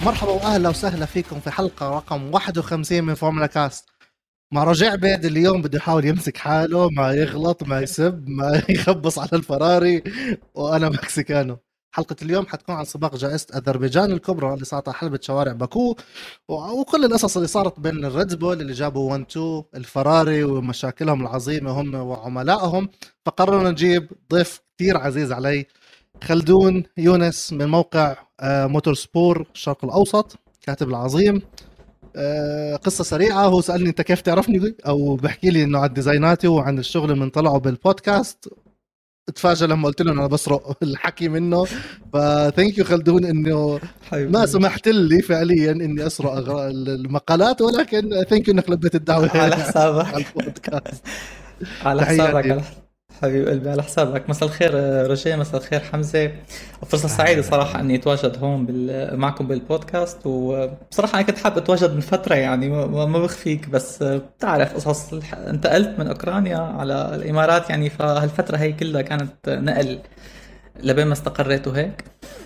مرحبا واهلا وسهلا فيكم في حلقه رقم 51 من فورمولا كاست. مع رجاء عبيد اليوم بده يحاول يمسك حاله، ما يغلط، ما يسب، ما يخبص على الفراري. وانا مكسيكانو. حلقه اليوم حتكون عن سباق جائزه اذربيجان الكبرى اللي صارت على حلبة شوارع باكو، وكل القصص اللي صارت بين الريد بول اللي جابوا 1 2 الفراري ومشاكلهم العظيمه هم وعملائهم. فقررنا نجيب ضيف كثير عزيز علي، خلدون يونس من موقع موتور سبور الشرق الأوسط، كاتب العظيم. قصة سريعة، هو سألني أنت كيف تعرفني، أو بحكي لي إنه عن ديزايناتي وعن الشغل اللي طلعه بالبودكاست. اتفاجأ لما قلت له أنا بسرق الحكي منه. فثانك يو خلدون إنه ما حبيبي سمحت لي فعليا إني أسرق المقالات، ولكن ثانك يو إنك لبيت الدعوة على على حسابك البودكاست. على حسابك تحياتي. على حبيب قلبي، على حسابك. مساء الخير رجاء، مساء الخير حمزة. فرصة سعيدة أهلا صراحة أهلا. أني أتواجد هون معكم بالبودكاست. وبصراحة أنا كنت حابب أتواجد من فترة، يعني ما بخفيك، بس بتعرف قصص انتقلت من أوكرانيا على الإمارات، يعني فهالفترة هي كلها كانت نقل لبين ما استقريت وهيك.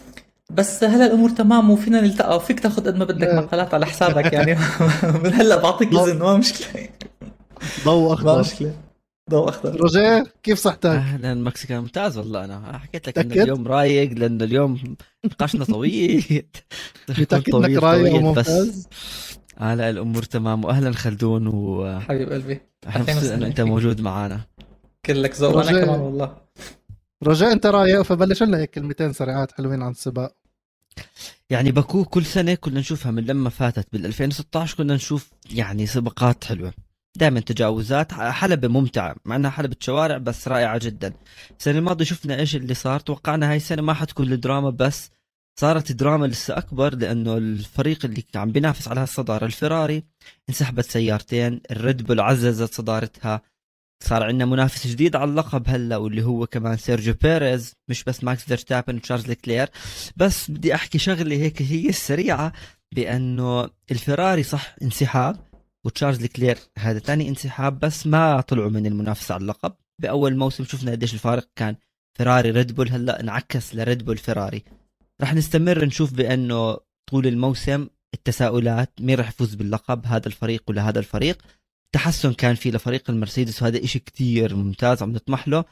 بس هلا الأمور تمام وفينا نلتقى، وفيك تاخذ قد ما بدك مقالات على حسابك يعني. من هلا بعطيك إذن، ما مشكلة. ضوء ما أخضر. مشكلة، ضوء أخضر. رجاء كيف صحتك؟ اهلا مكسيكان ممتاز والله. انا حكيت لك انه متأكد؟ اليوم رايق لانه اليوم نقاشنا طويل. متأكد إنك رايق بس وممتاز؟ لا الامور تمام. واهلا خلدون، واحنا حبيب قلبي، مبسوطين انه انت موجود معنا. كلك ذوق. وانا رجاء كمان والله. رجاء انت رايق، فبلش لنا هيك كلمتين سريعات حلوين عن السباق. يعني باكو كل سنه كنا نشوفها، من لما فاتت بال 2016 كنا نشوف يعني سباقات حلوه، دائما تجاوزات، حلبة ممتعة مع انها حلبة شوارع بس رائعة جدا. السنة الماضية شفنا ايش اللي صار، توقعنا هاي السنة ما حتكون الدراما، بس صارت دراما لسه اكبر، لانه الفريق اللي عم بينافس على الصدارة الفراري انسحبت سيارتين، الريد بول عززت صدارتها، صار عندنا منافس جديد على اللقب هلا واللي هو كمان سيرجيو بيريز، مش بس ماكس فيرستابن وتشارلز كلير. بس بدي احكي شغلة هيك هي السريعة، بانه الفراري صح انسحاب، وتشارلز كلير هذا تاني انسحاب، بس ما طلعوا من المنافسة على اللقب. بأول موسم شفنا قديش الفارق كان فراري ريد بول، هلأ انعكس لريد بول فراري. رح نستمر نشوف بأنه طول الموسم التساؤلات، مين رح يفوز باللقب، هذا الفريق ولا هذا الفريق. تحسن كان في لفريق المرسيدس، وهذا إشي كتير ممتاز عم نطمح له.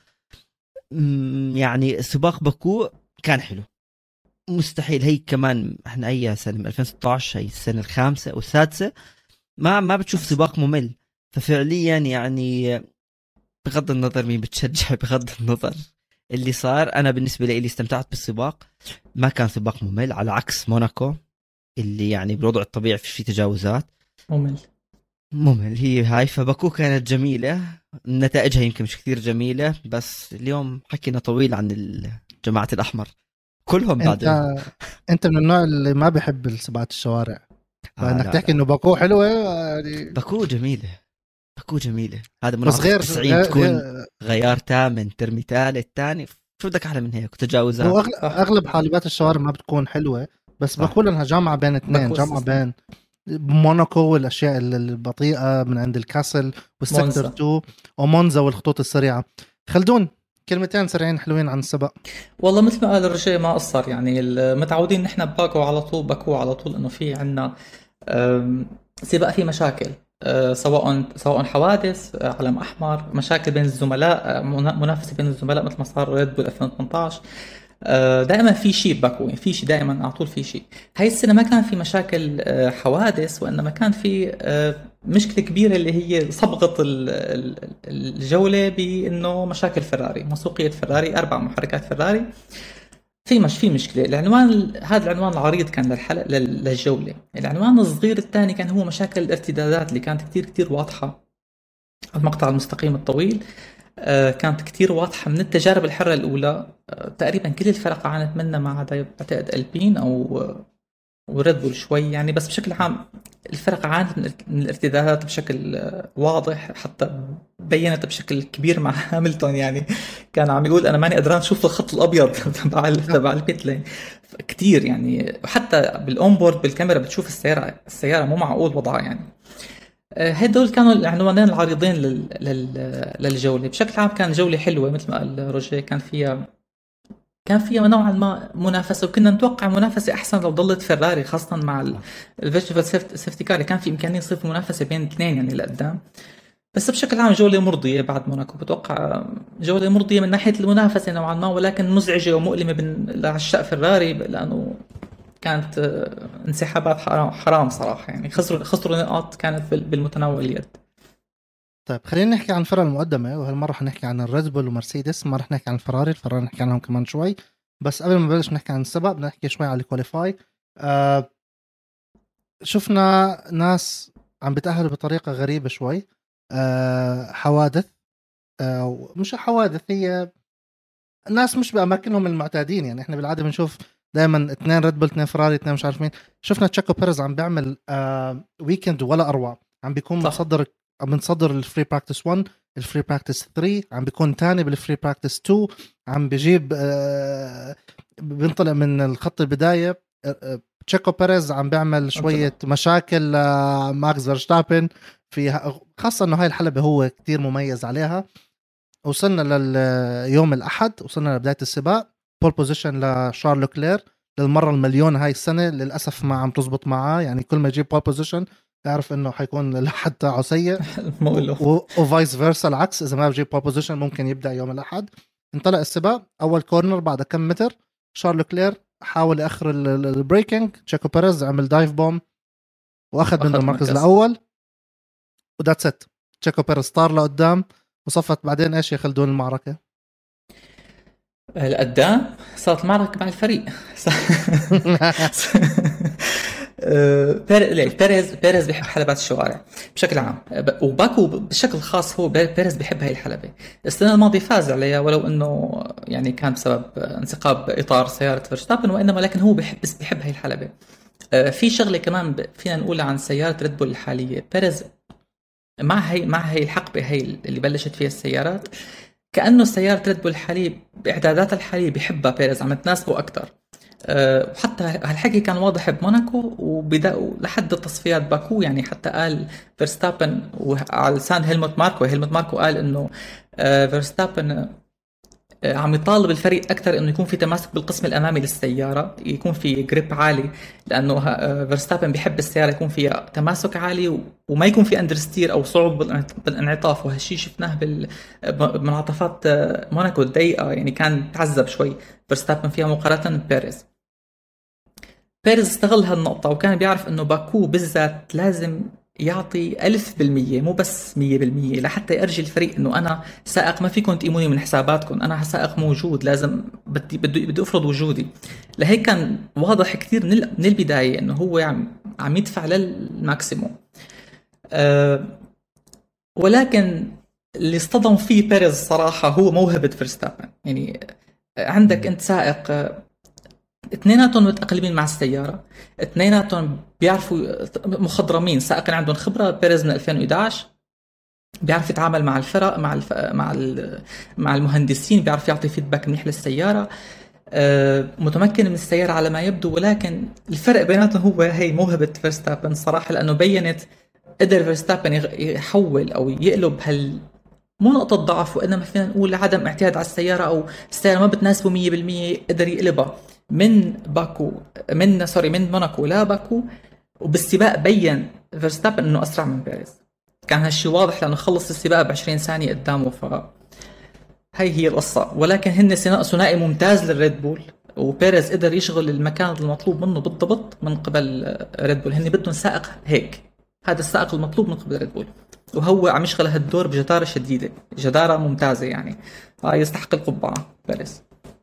يعني سباق باكو كان حلو، مستحيل هي كمان احنا اي سنة من 2016 هي السنة الخامسة او السادسة ما بتشوف سباق ممل. ففعليا يعني بغض النظر مين بتشجع، بغض النظر اللي صار، انا بالنسبه لي استمتعت بالسباق، ما كان سباق ممل على عكس موناكو اللي يعني بالوضع الطبيعي في تجاوزات. ممل هي هاي. فباكو كانت جميله، نتائجها يمكن مش كثير جميله، بس اليوم حكينا طويل عن جماعه الاحمر كلهم بعدين. انت من النوع اللي ما بيحب السباقات الشوارع، فانك لا تحكي لا. انه باكو حلوه يعني. باكو جميله، باكو جميله، هذا بس منعطف 90 تكون غير غيار تامن ترمي ثالث ثاني، شو بدك احلى من هيك، وتجاوزات. هو صح. اغلب حلبات الشوارع ما بتكون حلوه، بس صح. باكو لانها جامعه بين اثنين، باكو جامعه استثناء. بين موناكو والاشياء البطيئه من عند الكاسل والسكتر مونزا. 2 ومونزا والخطوط السريعه. خلدون كلمتين سريعين حلوين عن السباق. والله مثل ما قال الرجاء ما قصر، يعني المتعودين نحن بباكو على طول، باكو على طول انه في عنا سباق في مشاكل، سواء حوادث، علم احمر، مشاكل بين الزملاء، منافسه بين الزملاء مثل ما صار ريد بول 2018. دائما في شيء بباكو، يعني في شيء دائما على طول في شيء. هاي السنه ما كان في مشاكل حوادث، وانما كان في مشكله كبيره اللي هي صبغه الجوله، بانه مشاكل فراري، مسوقيه فراري، 4 محركات فراري. في مشكله. العنوان هذا العنوان العريض كان للحلقه للجوله. العنوان الصغير الثاني كان هو مشاكل الارتدادات اللي كانت كتير واضحه. المقطع المستقيم الطويل كانت كتير واضحة من التجارب الحرة الأولى. تقريبا كل الفرق عانت منها ما عدا بعتقد ألبين أو وريد بول شوي يعني، بس بشكل عام الفرق عانت من الارتدادات بشكل واضح، حتى بينت بشكل كبير مع هاملتون. يعني كان عم يقول أنا ماني قدران أشوف الخط الأبيض تبع البيت لين كتير يعني. وحتى بالأونبورد بالكاميرا بتشوف السيارة مو معقول وضعها يعني. هدول كانوا العنوانين العريضين للجولة. بشكل عام كان جولة حلوة مثل ما قال روجيه، كان فيها كان فيها نوعا ما منافسه، وكنا نتوقع منافسه احسن لو ضلت فيراري، خاصه مع الفيرتشوال سيفتي كار. كان في امكانيه يصير في منافسه بين الاثنين يعني لقدام. بس بشكل عام جوله مرضيه بعد موناكو، بتوقع جوله مرضيه من ناحيه المنافسه نوعا ما، ولكن مزعجه ومؤلمه لعشاق فيراري، لانه كانت انسحابات حرام صراحه يعني. خسروا نقاط كانت بالمتناول اليد. طيب خلينا نحكي عن الفرق المقدمة، وهالمرة حنحكي عن الريد بول ومرسيدس، ما رح نحكي عن الفراري نحكي عنهم كمان شوي. بس قبل ما نبلش نحكي عن السباق بدنا نحكي شوي على الكواليفاي. شفنا ناس عم بتأهلوا بطريقة غريبة شوي، حوادث، مش حوادث، هي ناس مش بأماكنهم المعتادين. يعني احنا بالعادة بنشوف دائما 2 ريد بول 2 فراري 2 مش عارف مين. شفنا تشاكو بيريز عم بيعمل ويكند ولا أروع، عم بيكون متصدر الفري براكتس 1، الفري براكتس 3، عم بيكون تاني بالفري براكتس 2، عم بيجيب بينطلع من الخط البداية. تشاكو بيريز عم بيعمل شوية مشاكل ماكس فيرستابن في، خاصة انه هاي الحلبة هو كتير مميز عليها. وصلنا لليوم الأحد، وصلنا لبداية السباق، بول بوزيشن لشارل كلير للمرة المليون هاي السنة. للأسف ما عم تزبط معاه، يعني كل ما يجيب بول بوزيشن اعرف انه حيكون الأحد تاعه سيء وفايس فيرسا العكس، إذا ما بجيب بول بوزيشن ممكن يبدأ يوم الأحد. انطلق السباق، أول كورنر بعد كم متر شارل كلير حاول يأخر البريكنج، تشاكو بيريز عمل دايف بوم وأخذ من المركز الأول، وذاتس ات. تشاكو بيريز طار لقدام وصفت بعدين ايش يا خلدون المعركة؟ لقدام صارت المعركة مع الفريق. بيريز بيحب حلبات الشوارع بشكل عام، وباكو بشكل خاص. هو بيريز بيحب هاي الحلبة. السنة الماضية فاز عليها، ولو انه يعني كان بسبب انسقاب اطار سيارة فيرستابن، وانما لكن هو بيحب هاي الحلبة. في شغلة كمان فينا نقولها عن سيارة ريد بول الحالية. بيريز مع هي الحقبة هي اللي بلشت فيها السيارات، كأنه سيارة ريد بول الحالية بإعداداتها الحالية بيحبها بيريز، عم تناسبه أكتر. وحتى هالحكي كان واضح بموناكو وبدأوا لحد تصفيات باكو. يعني حتى قال فيرستابن على لسان هيلموت ماركو قال إنه فيرستابن عم يطالب الفريق أكثر إنه يكون في تماسك بالقسم الأمامي للسيارة، يكون في جريب عالي، لأنه فيرستابن بيحب السيارة يكون فيها تماسك عالي وما يكون في أندرستير أو صعوبة بالانعطاف. وهالشي شفناه بمنعطفات موناكو الضيقة، يعني كان تعذب شوي فيرستابن فيها مقارنة ببيريز. بيريز استغل هالنقطة، وكان بيعرف إنه باكو بالذات لازم يعطي 1000%، مو بس 100%، لحتى يرجي الفريق انه انا سائق، ما فيكم تقيموني من حساباتكم، انا سائق موجود، لازم بدي افرض وجودي. لهيك كان واضح كثير من البداية انه هو عم يدفع للماكسيموم. ولكن اللي اصطدم فيه بيريز صراحة هو موهبة فيرستابن. يعني عندك انت سائق، اثنيناتهم متأقلمين مع السيارة، اثنيناتهم بيعرفوا مخضرمين، سائقين عندهم خبرة. بيريز من 2011 بيعرف يتعامل مع الفرق، مع المهندسين، بيعرف يعطي فيدباك منيح للسيارة، متمكن من السيارة على ما يبدو. ولكن الفرق بيناتهم هو هي موهبة فيرستابن صراحة، لأنه بينت قدر فيرستابن يحول أو يقلب مو نقطة ضعف، وإنما فينا نقول عدم اعتياد على السيارة، أو السيارة ما بتناسبه 100%، قدر يقلبها من موناكو لا باكو. وبالسباق بين فيرستابن انه اسرع من بيريز، كان هالشي واضح لانه خلص السباق ب20 ثانية قدامه. هي القصة. ولكن هن ثنائي ممتاز للريد بول، وبيريز قدر يشغل المكان المطلوب منه بالضبط من قبل ريد بول. هن بدهم سائق هيك، هذا السائق المطلوب من قبل ريد بول، وهو عم يشغل هالدور بجدارة شديدة، جدارة ممتازة. يعني يستحق القبعة بيريز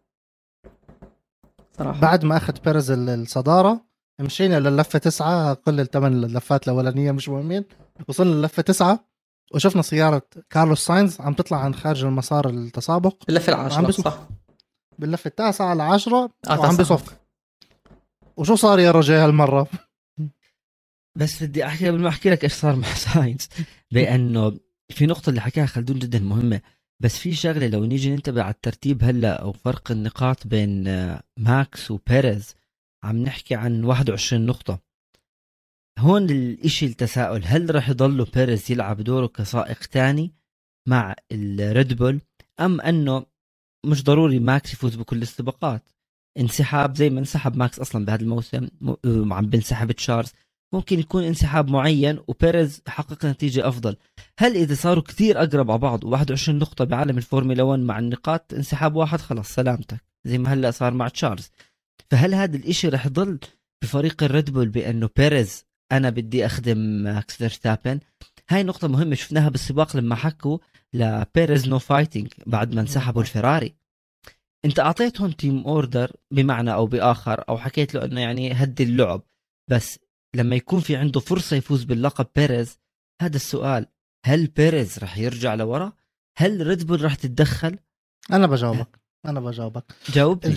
صراحة. بعد ما أخذ بيريز الصدارة مشينا لللفة 9، كل الثمان اللفات الأولانية مش مهمين، وصلنا للفة 9 وشفنا سيارة كارلوس ساينز عم تطلع عن خارج المسار التسابق باللفة 10 صح؟ باللفة 9 على 10 وعم بيصف. وشو صار يا رجال هالمرة؟ بس بدي أحكي قبل ما أحكي لك إيش صار مع ساينز، بأنه في نقطة اللي حكاها خلدون جدا مهمة. بس في شغلة لو نيجي ننتبه على الترتيب هلأ أو فرق النقاط بين ماكس وبيريز، عم نحكي عن 21 نقطة. هون الاشي التساؤل، هل رح يضل بيريز يلعب دوره كسائق تاني مع الريد بول، أم أنه مش ضروري ماكس يفوز بكل السباقات. انسحاب زي ما انسحب ماكس اصلا بهذا الموسم، عم بنسحب تشارلز، ممكن يكون انسحاب معين وبيريز حقق نتيجة افضل. هل اذا صاروا كثير اقرب على بعض و21 نقطة بعالم الفورمولا 1 مع النقاط انسحاب واحد، خلاص سلامتك، زي ما هلا صار مع تشارلز. فهل هذا الاشي رح يضل بفريق الريد بول بانه بيريز انا بدي اخدم ماكس فيرستابن؟ هاي نقطة مهمة شفناها بالسباق لما حكوا لبيريز نو فايتنج بعد ما انسحبوا الفراري. انت اعطيتهم تيم اوردر بمعنى او باخر، او حكيت له انه يعني هدي اللعب، بس لما يكون في عنده فرصة يفوز باللقب بيريز، هذا السؤال، هل بيريز رح يرجع لورا؟ هل ريد بول رح تتدخل؟ انا بجاوبك جاوبني.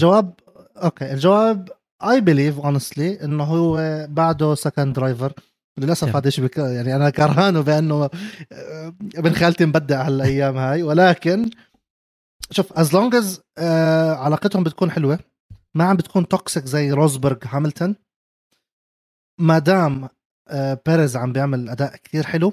الجواب I believe honestly انه هو بعده second driver. للأسف هذا الشيء يعني أنا كرهانه بأنه ابن خالتي مبدع هالأيام هاي، ولكن شوف as long as علاقتهم بتكون حلوة، ما عم بتكون توكسيك زي روزبرغ هاملتون، ما دام بيريز عم بيعمل أداء كتير حلو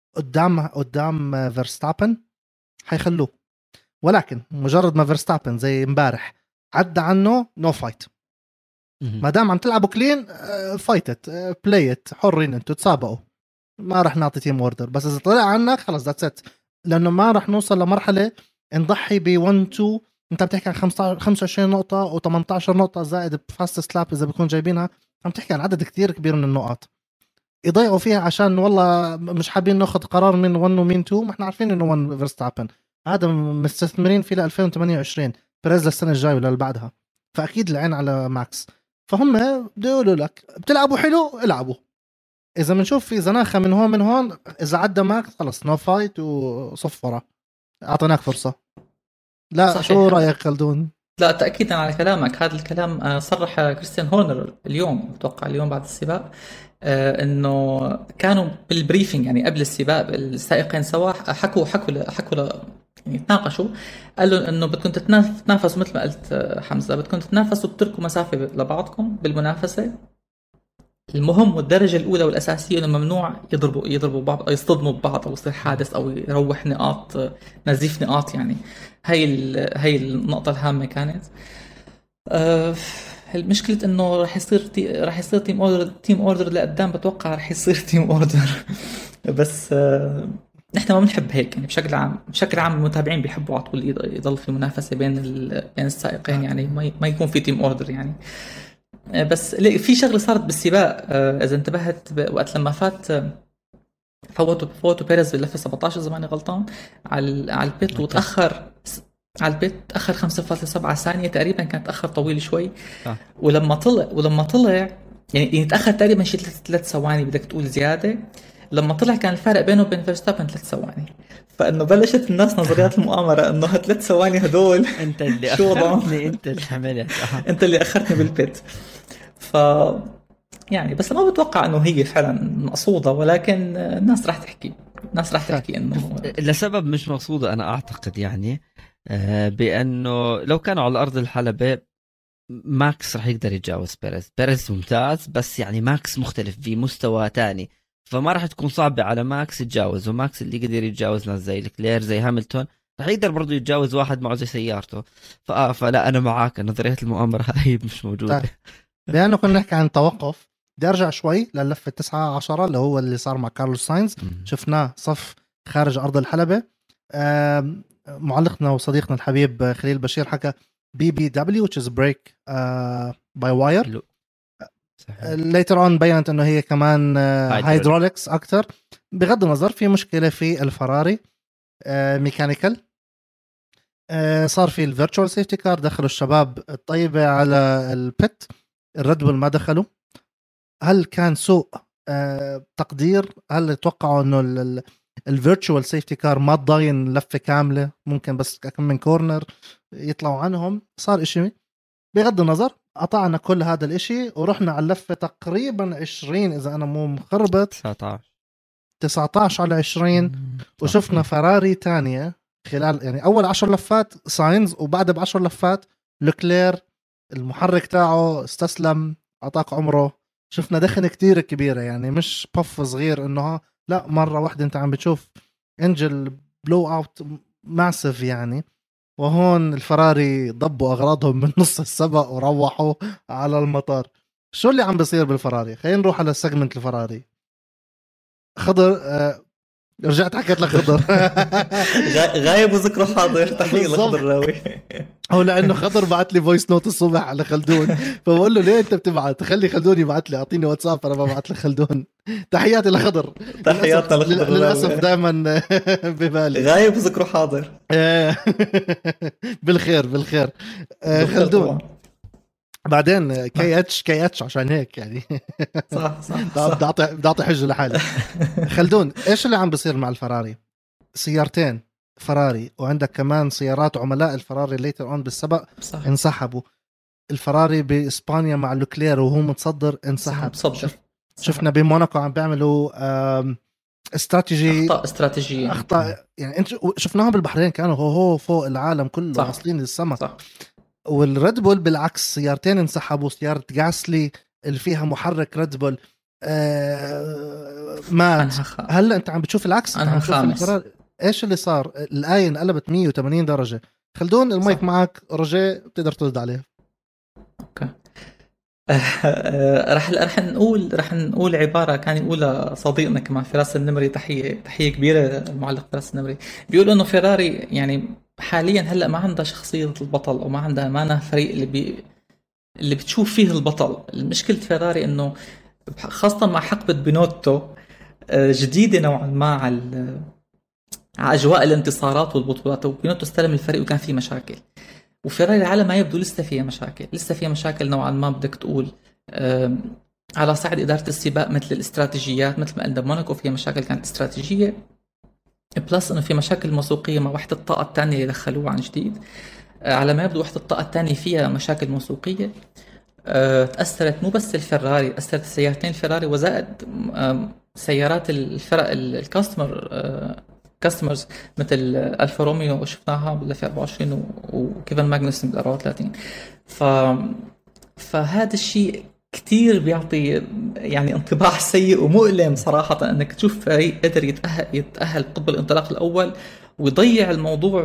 قدام فيرستابن حيخلوه. ولكن مجرد ما فيرستابن زي امبارح عدى عنه نو فايت. ما دام عم تلعبوا كلين فايتت بلايت، حرين انتوا تسابقوا، ما رح نعطي تيم اوردر. بس اذا طلع عنك خلص ذاتس ات، لانه ما رح نوصل لمرحله نضحي ب 1 2. انت بتحكي عن 25 نقطه و18 نقطه زائد بفاست سلاب اذا بيكون جايبينها، عم تحكي عن عدد كتير كبير من النقاط يضيعوا فيها عشان والله مش حابين ناخذ قرار من 1 ومن 2. ما احنا عارفين انه 1 فيرستابن هذا مستثمرين فيه ل 2028 بريز للسنه الجايه ولا اللي بعدها، فاكيد العين على ماكس. فهم بيقولوا لك بتلعبوا حلو العبوا، اذا بنشوف في زناخه من هون اذا عدى ماكس خلص نو فايت وصفره، اعطيناك فرصه. لا صحيح. شو رايك خلدون؟ لا تاكيدا على كلامك، هذا الكلام صرح كريستيان هورنر اليوم، اتوقع اليوم بعد السباق، انه كانوا بالبريفنج يعني قبل السباق السائقين سوا حكوا يعني تناقشوا، قالوا انه بدكم تتنافسوا مثل ما قلت حمزه، بدكم تتنافسوا بتركوا مسافه لبعضكم بالمنافسه. المهم والدرجه الاولى والاساسيه انه ممنوع يضربوا بعض او يصطدموا ببعض او يصير حادث او يروح نقاط، نزيف نقاط يعني. هي النقطه الهامه كانت. المشكلة انه راح يصير تيم اوردر لقدام، بتوقع راح يصير تيم اوردر بس نحن ما بنحب هيك يعني. بشكل عام المتابعين بيحبوا على طول يضل في منافسة بين السائقين يعني، ما يكون في تيم اوردر يعني. بس في شغلة صارت بالسباق اذا انتبهت وقت لما فوتوا بيريز باللفة 17 اذا ماني غلطان على البيت، وتأخر على البيت، تأخر 5.7 ثانية تقريبا، كانت تأخر طويل شوي. ولما طلع يعني تأخر تقريبا شيء 3 ثواني بدك تقول زيادة. لما طلع كان الفارق بينه وبين فيرستابن 3 ثواني، فإنه بلشت الناس نظريات المؤامرة إنه 3 ثواني هدول أنت اللي أخرتني، أنت اللي حملت أنت اللي أخرتني بالبيت. يعني بس ما بتوقع إنه هي فعلا مقصودة، ولكن الناس راح تحكي إنه لسبب مش مقصودة. أنا أعتقد يعني بأنه لو كانوا على أرض الحلبة ماكس رح يقدر يتجاوز بيريز ممتاز، بس يعني ماكس مختلف في مستوى تاني، فما رح تكون صعبة على ماكس يتجاوز. وماكس اللي قدر يتجاوز ناس زي الكلير زي هاملتون، رح يقدر برضو يتجاوز واحد معه زي سيارته. فلا أنا معاك، نظرية المؤامرة هاي مش موجودة. لأنه كنا نحكي عن توقف، بدي أرجع شوي للفة 19 اللي هو اللي صار مع كارلوس ساينز. شفناه صف خارج أرض الحلبة. معلقنا وصديقنا الحبيب خليل بشير حكى BBW which is break by wire. later on بيّنت انه هي كمان هيدروليكس اكتر. بغض النظر في مشكلة في الفراري ميكانيكال. صار في الفيرتشوال سيفتي كار، دخلوا الشباب الطيبة على البيت، الريد بول ما دخلوا. هل كان سوء تقدير؟ هل توقعوا انه الفيرتشوال سيفتي كار ما تضاين لفة كاملة، ممكن بس كم من كورنر يطلعوا عنهم؟ صار اشي بغض النظر، قطعنا كل هذا الاشي ورحنا على اللفة تقريبا 20 اذا انا مو مخربط 19 على 20 وشفنا فراري تانية خلال يعني اول 10 لفات ساينز، وبعد ب10 لفات لوكلير المحرك تاعه استسلم، عطاك عمره. شفنا دخنة كتير كبيرة يعني، مش بف صغير انه لا مرة واحدة انت عم بتشوف انجل بلو اوت ماسف يعني. وهون الفراري ضبوا اغراضهم من نص السبق وروحوا على المطار. شو اللي عم بيصير بالفراري؟ خلينا نروح على سيجمنت الفراري. خضر رجعت حكيت لك خضر. غايب وذكره حاضر. تحيه لخضر راوي. هو لانه خضر بعت لي فويس نوت الصبح على خلدون، فبقول له ليه انت بتبعت؟ خلي خلدون يبعت لي، اعطيني واتساب انا ببعت لخلدون. تحياتي لخضر. تحياتنا لخضر للاسف دائما ببالي غايب وذكره حاضر. بالخير خلدون. بعدين كي اتش عشان هيك يعني. صح بدي اعطي حجه لحالي. خلدون، ايش اللي عم بيصير مع الفراري؟ سيارتين فراري وعندك كمان سيارات عملاء الفراري ليتر اون بالسبق صح. انسحبوا. الفراري باسبانيا مع لوكلير وهو متصدر انسحب. شفنا بموناكو عم بيعملوا استراتيجيه اخطاء يعني. انت شفناهم بالبحرين كانوا هو فوق العالم كله واصلين للسما. والريد بول بالعكس سيارتين انسحبوا. سيارة غاسلي اللي فيها محرك ريد بول مات. هلا انت عم بتشوف العكس. انت عم تشوف ايش اللي صار. الآية انقلبت 180 درجة. خلدون المايك معك رجاء بتقدر ترد عليه. اوكي. رح نقول عبارة كان يقولها صديقنا كمان فراس النمري. تحية كبيرة المعلق فراس النمري. بيقول انه فيراري يعني حاليا هلا ما عندها شخصية البطل او ما عندها مانع فريق اللي بتشوف فيه البطل. المشكلة فيراري انه خاصة مع حقبة بينوتو جديدة نوعا ما على اجواء الانتصارات والبطولات. وبينوتو استلم الفريق وكان فيه مشاكل، وفيراري على ما يبدو لسه فيها مشاكل نوعا ما بدك تقول على صعيد إدارة السباق، مثل الاستراتيجيات. مثل ما قلنا موناكو فيها مشاكل كانت استراتيجية، بلس انه في مشاكل موسوقية مع وحدة الطاقة الثانية اللي دخلوها عن جديد. على ما يبدو وحدة الطاقة الثانية فيها مشاكل موسوقية تأثرت مو بس الفراري، أثرت سيارتين الفراري وزائد سيارات الفرق كاستمرز مثل الفا روميو شفناها بال 2024 وكيفن ماغنوسن بال 34. فهذا الشيء كتير بيعطي يعني انطباع سيء ومؤلم صراحة، انك تشوف فريق قدر يتأهل قبل الانطلاق الاول ويضيع الموضوع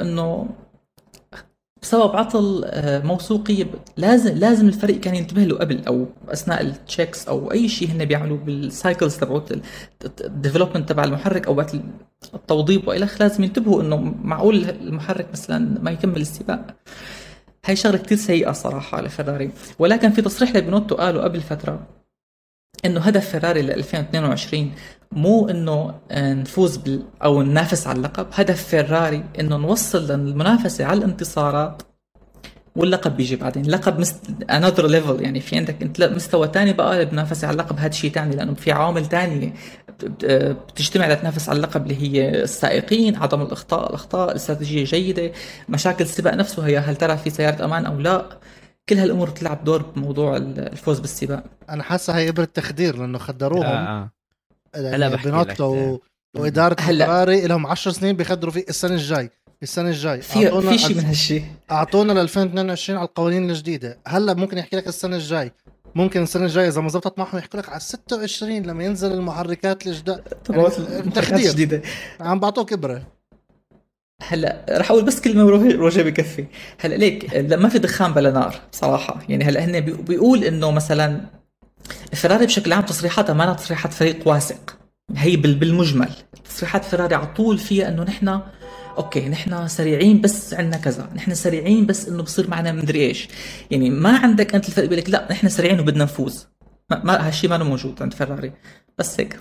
بسبب عطل موسوقي. لازم الفريق كان ينتبه له قبل او اثناء التشيكس او اي شيء هن بيعملوا بالسايكلز تبعت الديفلوبمنت تبع المحرك او وقت التوظيف والخ. لازم ينتبهوا انه معقول المحرك مثلا ما يكمل السباق. هاي شغله كتير سيئه صراحه على فيراري. ولكن في تصريح لبينوتو قالوا قبل فتره انه هدف فيراري ل 2022 مو انه نفوز او ننافس على اللقب. هدف فيراري انه نوصل للمنافسه على الانتصارات واللقب بيجي بعدين. اللقب another level يعني في عندك انت مستوى تاني بقى بنافس على اللقب. هذا شيء تاني لانه في عوامل تانية بتجتمع لتنافس على اللقب اللي هي السائقين، عدم الاخطاء، استراتيجيه جيده، مشاكل السباق نفسه، هي هل ترى في سياره امان او لا. كل هالامور تلعب دور بموضوع الفوز بالسباق. انا حاسه هي ابره تخدير لانه خدروهم. هلا بينوتو واداره فيراري لهم 10 سنين بيخدروا فيه. السنه الجاي في شيء من هالشيء اعطونا ل 2022 على القوانين الجديده. هلا ممكن يحكي لك السنه الجاي، ممكن السنه الجايه اذا ما زبطت معهم يحكوا لك على 26 لما ينزل المحركات الجديده تخدير جديده عم بعطوك ابره. هلا رح اقول بس كلمه وروجه بكفي. هلا ليك ما في دخان بلا نار بصراحه. يعني هلا هن بيقول انه مثلا فيراري بشكل عام تصريحاتها ما تصريحات فريق واثق. هي بالمجمل تصريحات فيراري على طول فيها انه نحن اوكي نحن سريعين بس عندنا كذا، نحن سريعين بس انه بصير معنا مدري ايش. يعني ما عندك انت الفريق بيقول لك لا نحن سريعين وبدنا نفوز. ما هالشيء ما موجود عند فيراري. بس هيك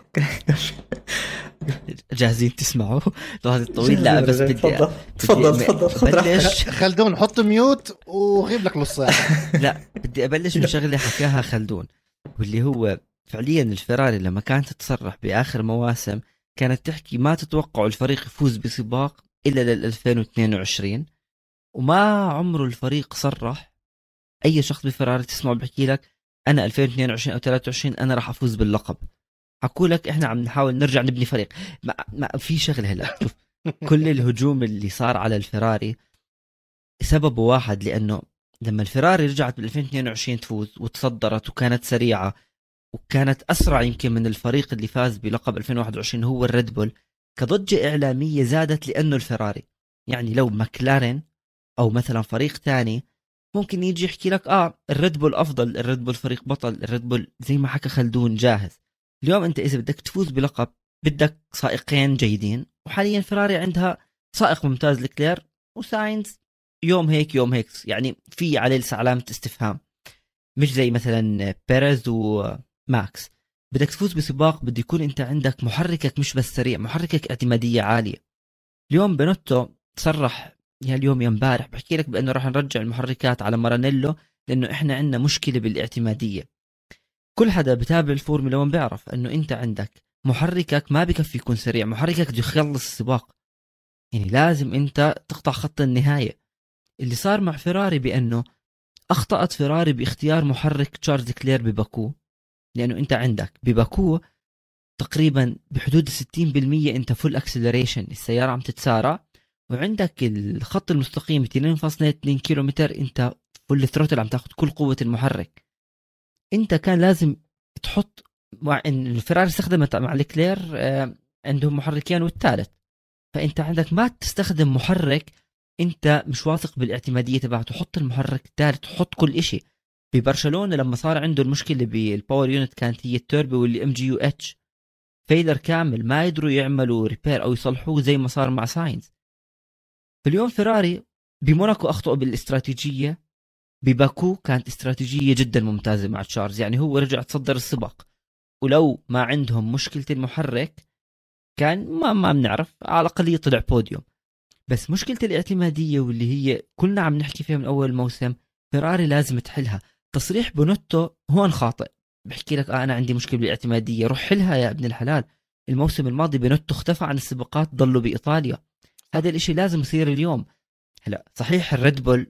جاهزين تسمعوا هذا الطويل؟ لا بس بدي تفضل بلش. خلدون حط ميوت وغيب لك نص ساعه. لا بدي ابلش بشغله حكاها خلدون، واللي هو فعليا الفيراري لما كانت تصرح باخر مواسم كانت تحكي ما تتوقعوا الفريق يفوز بسباق الا لل 2022. وما عمره الفريق صرح. اي شخص بفيراري تسمعه بحكي لك انا 2022 او 23 انا راح افوز باللقب. حكوا لك احنا عم نحاول نرجع نبني فريق. ما في شغله. هلا شوف كل الهجوم اللي صار على الفيراري سببه واحد، لانه لما الفيراري رجعت بال 2022 تفوز وتصدرت وكانت سريعه وكانت اسرع يمكن من الفريق اللي فاز بلقب 2021 هو الريد بول، كضجه اعلاميه زادت لانه الفيراري. يعني لو ماكلارين او مثلا فريق تاني ممكن يجي يحكي لك الريد بول افضل، الريد بول فريق بطل، الريد بول زي ما حكى خلدون جاهز. اليوم انت اذا بدك تفوز بلقب بدك سائقين جيدين، وحاليا فيراري عندها سائق ممتاز لكلير، وساينز يوم هيك يوم هيك، يعني في عليه لسه علامة استفهام، مش زي مثلا بيريز وماكس. بدك تفوز بسباق بده يكون انت عندك محركك مش بس سريع، محركك اعتمادية عالية. اليوم بنوتو صرح يا اليوم يا امبارح بحكي لك بانه راح نرجع المحركات على مارانيلو، لانه احنا عندنا مشكلة بالاعتمادية. كل حدا بتابع الفورمولا 1 بيعرف انه انت عندك محركك ما بكفي يكون سريع، محركك بده يخلص السباق، يعني لازم انت تقطع خط النهاية. اللي صار مع فيراري بانه اخطأت فيراري باختيار محرك تشارلز كلير بباكو، لانه انت عندك بباكو تقريبا بحدود 60% انت فول اكسلريشن، السيارة عم تتسارع، وعندك الخط المستقيم 2.2 كيلومتر انت فول ثروتل، عم تاخد كل قوة المحرك. انت كان لازم تحط مع ان الفيراري استخدمت مع الكلير عندهم محركين والثالث، فانت عندك ما تستخدم محرك انت مش واثق بالاعتمادية تبعته، حط المحرك الثالث، حط كل اشي. ببرشلونة لما صار عنده المشكلة بالباور يونت كانت هي التوربو واللي ام جي يو اتش فيلر كامل، ما يقدروا يعملوا ريبير او يصلحوه زي ما صار مع ساينز. فاليوم فيراري بموناكو اخطأوا بالاستراتيجية، بباكو كانت استراتيجية جدا ممتازة مع تشارلز، يعني هو رجع تصدر السباق، ولو ما عندهم مشكلة المحرك كان ما بنعرف، على الأقل طلع بوديوم. بس مشكلة الاعتمادية واللي هي كلنا عم نحكي فيها من أول موسم، فيراري لازم تحلها. تصريح بونوتو هون خاطئ، بحكي لك أنا عندي مشكلة بالاعتمادية، روح حلها يا ابن الحلال. الموسم الماضي بونوتو اختفى عن السباقات، ضلوا بإيطاليا، هذا الاشي لازم يصير اليوم. هلا صحيح الريد بول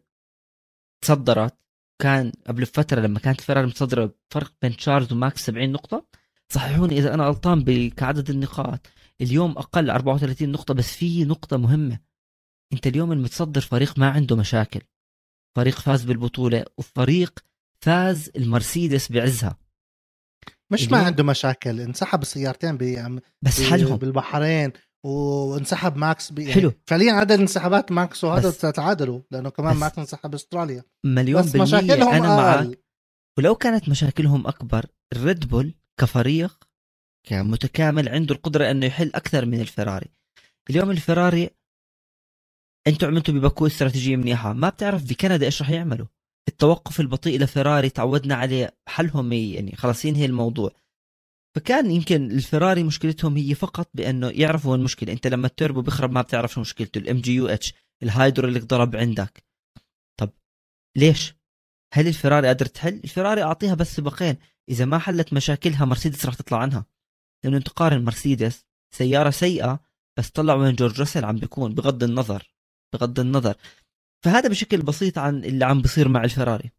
تصدرت، كان قبل فترة لما كانت فيراري متصدرة فرق بين تشارلز وماكس 70 نقطة، صححوني إذا أنا غلطان كعدد النقاط. اليوم أقل 34 نقطة، بس في نقطة مهمة، أنت اليوم المتصدر فريق ما عنده مشاكل، فريق فاز بالبطولة وفريق فاز المرسيدس بعزها، مش ما عنده مشاكل، انسحب السيارتين بس حلهم بالبحرين وانسحب ماكس حلو فعليا عدد انسحابات ماكس وهذا تعادلوا، لأنه كمان ماكس انسحب استراليا. مليون بس بالمية مشاكلهم أنا أقل. معك. ولو كانت مشاكلهم أكبر، الريد بول كفريق كمتكامل عنده القدرة أنه يحل أكثر من الفراري. اليوم الفراري أنتوا عملتوا بباكو استراتيجية منيحة، ما بتعرف بكندا إيش رح يعملوا. التوقف البطيء لفراري تعودنا عليه، حلهم يعني خلاص ينهي الموضوع. فكان يمكن الفراري مشكلتهم هي فقط بأنه يعرفوا المشكلة. أنت لما التوربو بيخرب ما بتعرف شو مشكلته، الام جي يو اتش، الهايدرو اللي ضرب عندك. طب ليش؟ هل الفراري قادر تحل؟ الفراري أعطيها بس سباقين، إذا ما حلت مشاكلها مرسيدس راح تطلع عنها، لأنه أنت قارن مرسيدس سيارة سيئة بس طلع وين جورج راسل عم بيكون، بغض النظر. فهذا بشكل بسيط عن اللي عم بيصير مع الفراري.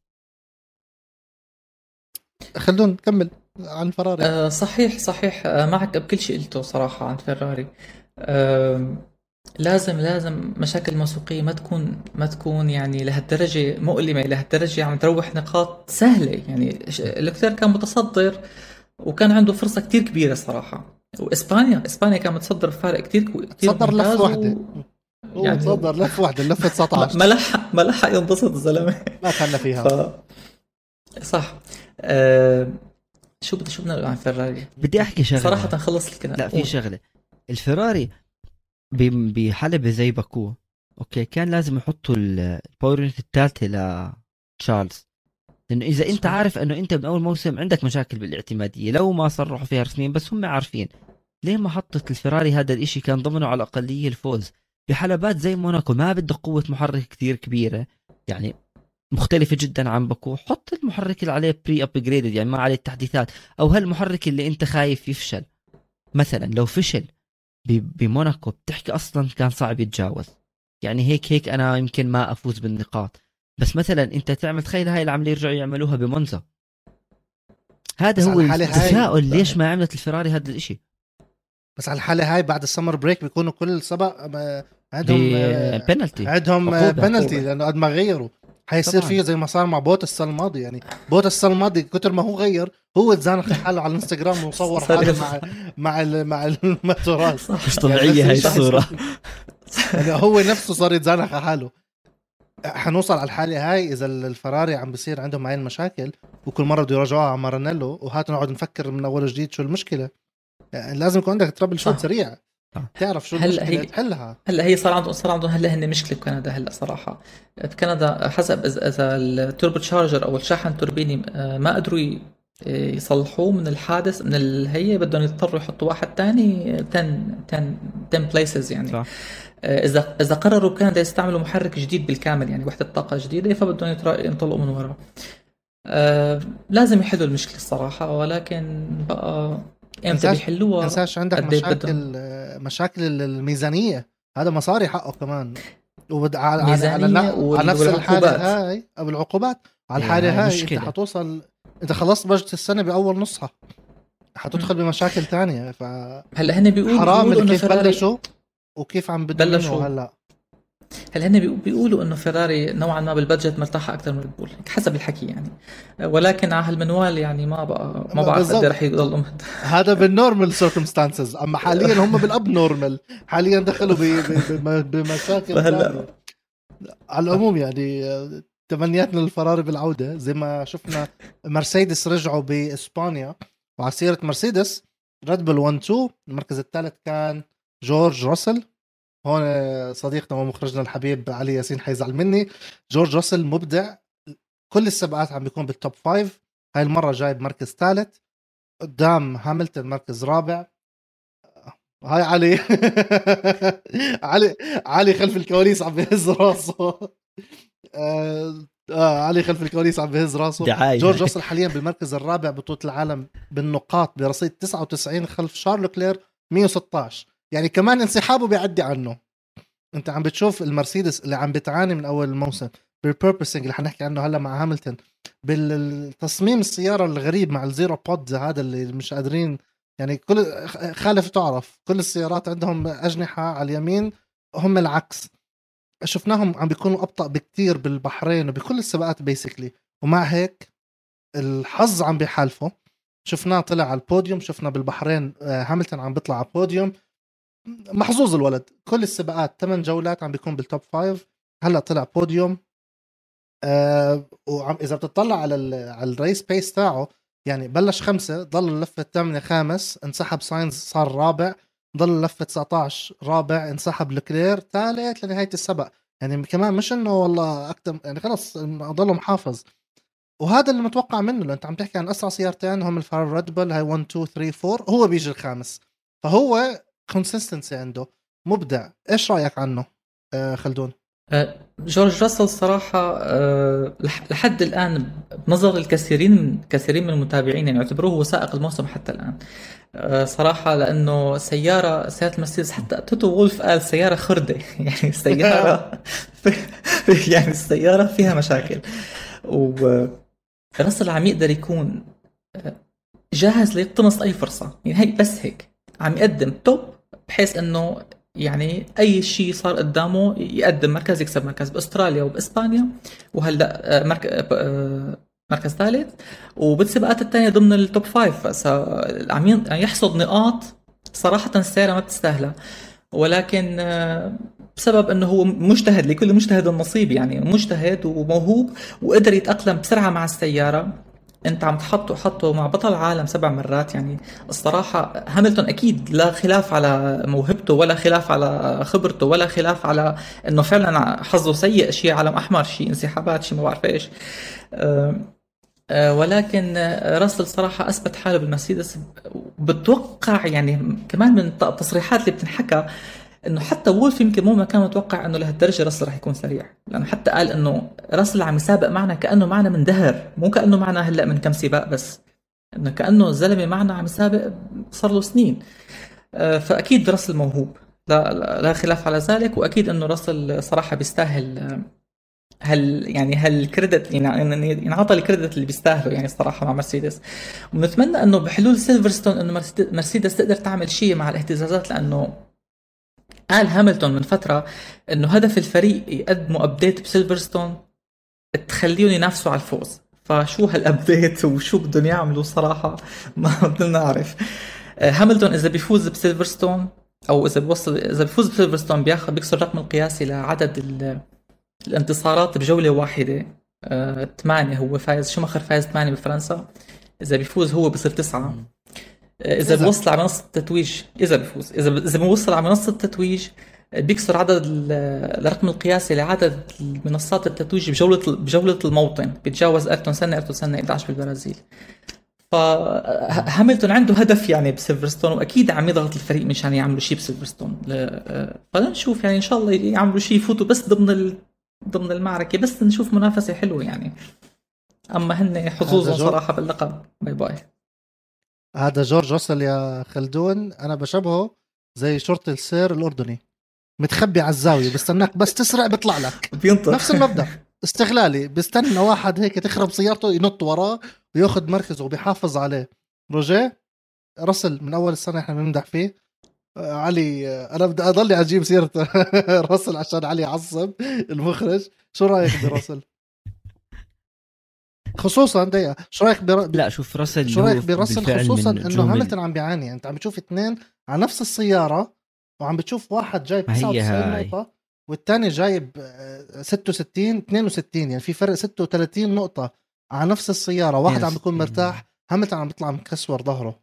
خلونا نكمل عن فراري. صحيح معك بكل شيء قلته صراحة عن فراري. لازم مشاكل الموسيقية ما تكون يعني لهالدرجة مؤلمة، لهالدرجة عم تروح نقاط سهلة. يعني لكتير كان متصدر وكان عنده فرصة كتير كبيرة صراحة، وإسبانيا كان متصدر بفارق كتير تصدر لفة واحدة يعني تصدر لفة واحدة، لفة 19 ما لحق ينبسط الزلمة، ما خلى فيها. صح. شو بدنا نقول عن فراري؟ بدي أحكي شغلة صراحة خلص الكلام. لا في شغلة، الفراري بحلبة زي باكو أوكي كان لازم يحطوا الباور يونت الثالثة لتشارلز، لأنه إذا أنت عارف أنه أنت من أول موسم عندك مشاكل بالاعتمادية، لو ما صرحوا فيها رسميا بس هم عارفين، ليه ما حطت الفراري هذا الإشي؟ كان ضمنوا على الأقلية الفوز. بحلبات زي موناكو ما بدك قوة محرك كتير كبيرة، يعني مختلفة جدا عن باكو، حط المحرك اللي عليه بري أبجريدد، يعني ما عليه التحديثات، أو هالمحرك اللي أنت خايف يفشل. مثلا لو فشل بموناكو بتحكي أصلا كان صعب يتجاوز، يعني هيك أنا يمكن ما أفوز بالنقاط. بس مثلا أنت تعمل، تخيل هاي العملية يرجعوا يعملوها بمونزا، هذا هو التساؤل، ليش ما عملت الفراري هذا الاشي؟ بس على الحالة هاي بعد السمر بريك بيكونوا كل سبق عندهم بنالتي لأنه قد ما غيروا حيصير فيه زي ما صار مع بوت السنة الماضية. يعني بوت السنة الماضية كتر ما هو غير، هو تزانخ حاله على الانستغرام وصور حاله مع الماتورات، مش طبيعية هاي الصورة. يعني هو نفسه صار يتزانخ حاله. حنوصل على الحالة هاي إذا الفراري عم بيصير عندهم عين مشاكل وكل مرة بده يرجعوها على مارانيلو، وهات نقعد نفكر من أول وجديد شو المشكلة. يعني لازم يكون عندك ترابل شوت سريع، تعرف شو المشكلة تحلها. هلا هي صار عندهم هلا هن مشكله بكندا. هلا صراحه بكندا حسب اذا التوربو تشارجر او الشاحن التوربيني ما قدروا يصلحوه من الحادث من هي بدهم يضطروا يحطوا واحد تاني 10 بليسز يعني صح. اذا قرروا بكندا يستعملوا محرك جديد بالكامل يعني وحده طاقه جديده فبدهم ينطلقوا من ورا. لازم يحلوا المشكله الصراحه، ولكن بقى امتى بيحلوها؟ تنساش عندك مشاكل الميزانيه، هذا مصاري حقه كمان، على نفس الحاله هاي او العقوبات على الحاله هاي انت حتوصل، انت خلصت بجت السنه باول نصها حتدخل بمشاكل تانية. هلا هن بيقولوا كيف بلشوا وكيف عم بلشوا هلا هن بيقولوا انه فيراري نوعا ما بالبادجت مرتاحه اكثر من ريد بول حسب الحكي يعني، ولكن على هالمنوال يعني ما بعرف قد رح يضلوا هذا بالنورمال سيركمستانسز، اما حاليا هم بالاب نورمال، حاليا دخلوا بمشاكل ثانيه. على العموم يعني تمنياتنا للفراري بالعوده. زي ما شفنا مرسيدس رجعوا باسبانيا، وعلى سيره مرسيدس ريد بول 1 2 المركز الثالث كان جورج راسل. هون صديقنا ومخرجنا الحبيب علي ياسين حيزعل مني، جورج راسل مبدع، كل السباقات عم بيكون بالتوب 5. هاي المرة جايب مركز ثالث قدام هاملتون مركز رابع. هاي علي علي خلف الكواليس عم بيهز راسه. علي خلف الكواليس عم بيهز راسه. جورج راسل حاليا بالمركز الرابع بطولة العالم بالنقاط برصيد 99 خلف شارل كلير 116، يعني كمان انسحابه بيعدي عنه. انت عم بتشوف المرسيدس اللي عم بتعاني من اول الموسم بالبيربسنج اللي حنحكي عنه هلا مع هاملتون، بالتصميم السياره الغريب مع الزيرو بود هذا اللي مش قادرين يعني. كل خالف تعرف كل السيارات عندهم اجنحه على اليمين، هم العكس. شفناهم عم بيكونوا ابطا بكتير بالبحرين وبكل السباقات بيسكلي، ومع هيك الحظ عم بيحالفه. شفناه طلع على البوديوم، شفنا بالبحرين هاملتون عم بيطلع على البوديوم، محظوظ الولد. كل السباقات 8 جولات عم بيكون بالتوب 5، هلا طلع بوديوم. اذا بتطلع على الريس بيس تاعه يعني بلش 5 ضل اللفه 8 خامس، انسحب ساينز صار رابع، ضل اللفه 19 رابع، انسحب لكلير ثالث لنهايه السباق. يعني كمان مش انه والله اكتم يعني خلص ضله محافظ. وهذا اللي متوقع منه، لو انت عم تحكي عن اسرع سيارتين هم الفراري ريد بول هاي 1 2 3 4، هو بيجي الخامس، فهو كونسيستنسي عنده مبدع. ايش رايك عنه خلدون؟ جورج راسل صراحة لحد الآن بنظر الكثيرين من المتابعين يعني يعتبروه هو سائق الموسم حتى الآن صراحة، لأنه سيارة المرسيدس حتى توتو وولف قال سيارة خردة يعني السيارة يعني السيارة فيها مشاكل. وراسل عم يقدر يكون جاهز ليقتنص أي فرصة، يعني هيك بس هيك عم يقدم توب، بحيث أنه يعني أي شيء صار قدامه يقدم مركز يكسب مركز بأستراليا وبإسبانيا، وهلأ مركز ثالث، وبالسباقات الثانية ضمن التوب 5. عم يحصد نقاط صراحة السيارة ما بتستاهلها، ولكن بسبب انه هو مجتهد، لكل مجتهد النصيب يعني، مجتهد وموهوب وقدر يتأقلم بسرعة مع السيارة. انت عم تحطه مع بطل عالم 7 مرات يعني. الصراحة هاملتون اكيد لا خلاف على موهبته ولا خلاف على خبرته ولا خلاف على انه فعلا حظه سيء، شيء علم احمر، شيء انسحابات، شيء ما بعرف ايش. ولكن راسل صراحة اثبت حاله بالمرسيدس. بتوقع يعني كمان من التصريحات اللي بتنحكى انه حتى وولف يمكن مو ما كان متوقع انه لهالدرجه راسل راح يكون سريع، لانه حتى قال انه راسل عم يسابق معنا كانه معنا من دهر، مو كانه معنا هلا من كم سباق، بس انه كانه الزلمه معنا عم يسابق صار له سنين. فاكيد راسل موهوب، لا خلاف على ذلك، واكيد انه راسل صراحه بيستاهل هالكريدت، يعني ينعطى الكريدت اللي بيستاهله يعني الصراحه مع مرسيدس. ونتمنى انه بحلول سيلفرستون انه مرسيدس تقدر تعمل شيء مع الاهتزازات، لانه قال هاملتون من فترة انه هدف الفريق يقدموا ابديت بسيلفرستون تخليهم ينافسوا على الفوز. فشو هالابديت وشو بدهم يعملوا صراحة ما بدنا نعرف. هاملتون اذا بيفوز بسيلفرستون او اذا بيفوز بسيلفرستون بيكسر الرقم القياسي لعدد الانتصارات بجولة واحدة 8. هو فايز شوماخر فايز 8 بفرنسا. إذا بيفوز هو بصير 9. إذا بيوصل على منصة التتويج، إذا بيفوز، إذا بيوصل على منصة التتويج بيكسر عدد الرقم القياسي لعدد منصات التتويج بجولة الموطن، بيتجاوز أيرتون سنة 11 بالبرازيل. فهاملتون عنده هدف يعني بسيلفرستون، واكيد عم يضغط الفريق مشان يعملوا شيء بسيلفرستون. فلنشوف يعني ان شاء الله يعملوا شيء، يفوتوا بس ضمن المعركة، بس نشوف منافسة حلوة يعني. اما هن حظوظهم صراحة باللقب باي باي. هذا جورج راسل يا خلدون، انا بشبهه زي شرطي السير الاردني، متخبي على الزاوية بستناك بس تسرع بيطلع لك بينطر. نفس المبدأ استغلالي، بستنى واحد هيك تخرب سيارته ينط وراه وياخذ مركزه وبيحافظ عليه. روجيه راسل من اول السنة احنا بنمدح فيه. علي انا بدي اضلني اجيب سيرة راسل عشان علي عصب المخرج. شو رايك براسل؟ خصوصا دقيقة، شو رايك لا شوف راسل، شو رايك براسل خصوصا انه هاملتون عم بيعاني؟ انت عم بتشوف اثنين على نفس السيارة، وعم بتشوف واحد جايب 99 نقطة والتاني جايب 66 62، يعني في فرق 36 نقطة على نفس السيارة. واحد عم بيكون مرتاح، هاملتون عم بيطلع مكسور ظهره.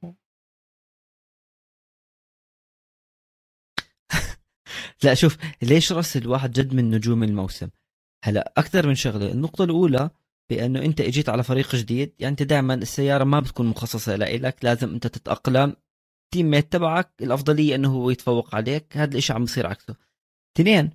لا شوف ليش راسل واحد جد من نجوم الموسم. هلا اكثر من شغله. النقطه الاولى بانه انت اجيت على فريق جديد، يعني انت دائما السياره ما بتكون مخصصه لك، لازم انت تتاقلم. تيم ميت تبعك الافضليه انه هو يتفوق عليك، هذا الاشي عم يصير عكسه. 2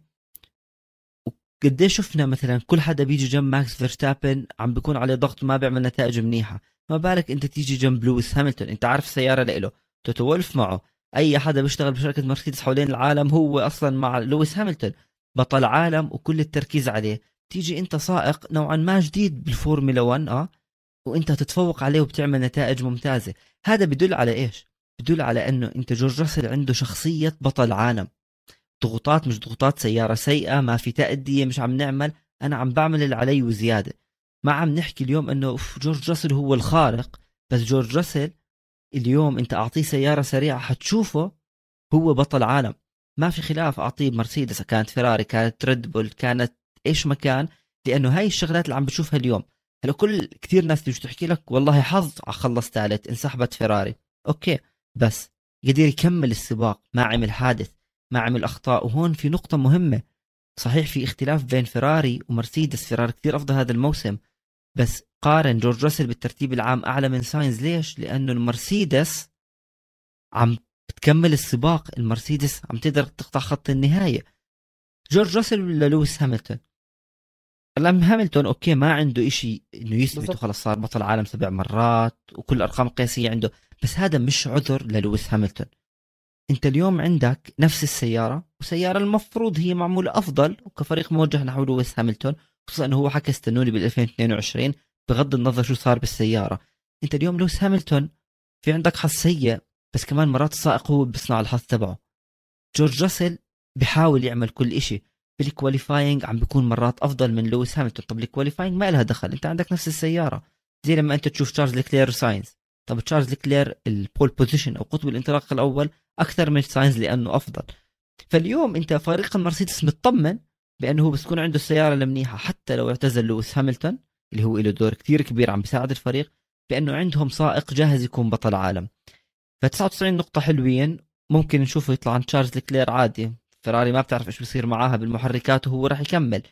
وقديش شفنا مثلا كل حدا بيجي جنب ماكس فيرستابن عم بيكون عليه ضغط ما بيعمل نتائج منيحه، ما بالك انت تيجي جنب لويس هاملتون، انت عارف السياره له، تتولف معه. اي حدا بيشتغل بشركه مرسيدس حوالين العالم هو اصلا مع لويس هاملتون، بطل عالم وكل التركيز عليه. تيجي انت سائق نوعا ما جديد بالفورمولا 1 وانت تتفوق عليه وبتعمل نتائج ممتازه. هذا بدل على ايش؟ بدل على انه انت جورج راسل عنده شخصيه بطل عالم. ضغوطات مش ضغوطات سياره سيئه، ما في تأدية، مش عم نعمل، انا عم بعمل اللي علي وزياده. ما عم نحكي اليوم انه جورج راسل هو الخارق، بس جورج راسل اليوم انت اعطيه سياره سريعه حتشوفه هو بطل عالم. ما في خلاف اعطيه مرسيدس، كانت فيراري، كانت ريد بول، كانت ايش ما كان، لانه هاي الشغلات اللي عم بتشوفها اليوم. هلا كثير ناس تيجي تحكي لك والله حظ خلص ثالث، انسحبت فيراري، اوكي، بس قدر يكمل السباق، ما عمل حادث، ما عمل اخطاء. وهون في نقطه مهمه، صحيح في اختلاف بين فيراري ومرسيدس، فيراري كثير افضل هذا الموسم، بس قارن جورج راسل بالترتيب العام اعلى من ساينز. ليش؟ لانه المرسيدس عم بتكمل السباق، المرسيدس عم تقدر تقطع خط النهايه. جورج راسل ولا لويس هاملتون؟ هاملتون اوكي ما عنده اشي انه يثبت وخلص صار بطل عالم 7 مرات وكل ارقام قياسيه عنده، بس هذا مش عذر للويس هاملتون. انت اليوم عندك نفس السياره، وسياره المفروض هي معموله افضل وكفريق موجه نحو لويس هاملتون، خصوصا انه هو حكى استنوني بال 2022 بغض النظر شو صار بالسياره. انت اليوم لويس هاملتون في عندك حظ سيء، بس كمان مرات السائق هو بيصنع الحظ تبعه. جورج راسل بيحاول يعمل كل إشي بالكواليفاينج، عم بيكون مرات افضل من لويس هاملتون. طب الكواليفاينج ما لها دخل، انت عندك نفس السياره، زي لما انت تشوف تشارلز ليكلير وساينز. طب تشارلز ليكلير البول بوزيشن او قطب الانطلاق الاول اكثر من ساينز لانه افضل. فاليوم انت فريق المرسيدس مطمن بانه هو بس يكون عنده السياره المنيحه، حتى لو اعتزل لويس هاملتون اللي هو له دور كتير كبير عم بيساعد الفريق، بانه عندهم سائق جاهز يكون بطل عالم. ف 99 نقطه حلوين، ممكن نشوفه يطلع عن تشارلز ليكلير عادي، فيراري ما بتعرف ايش بيصير معاها بالمحركات وهو راح يكمل.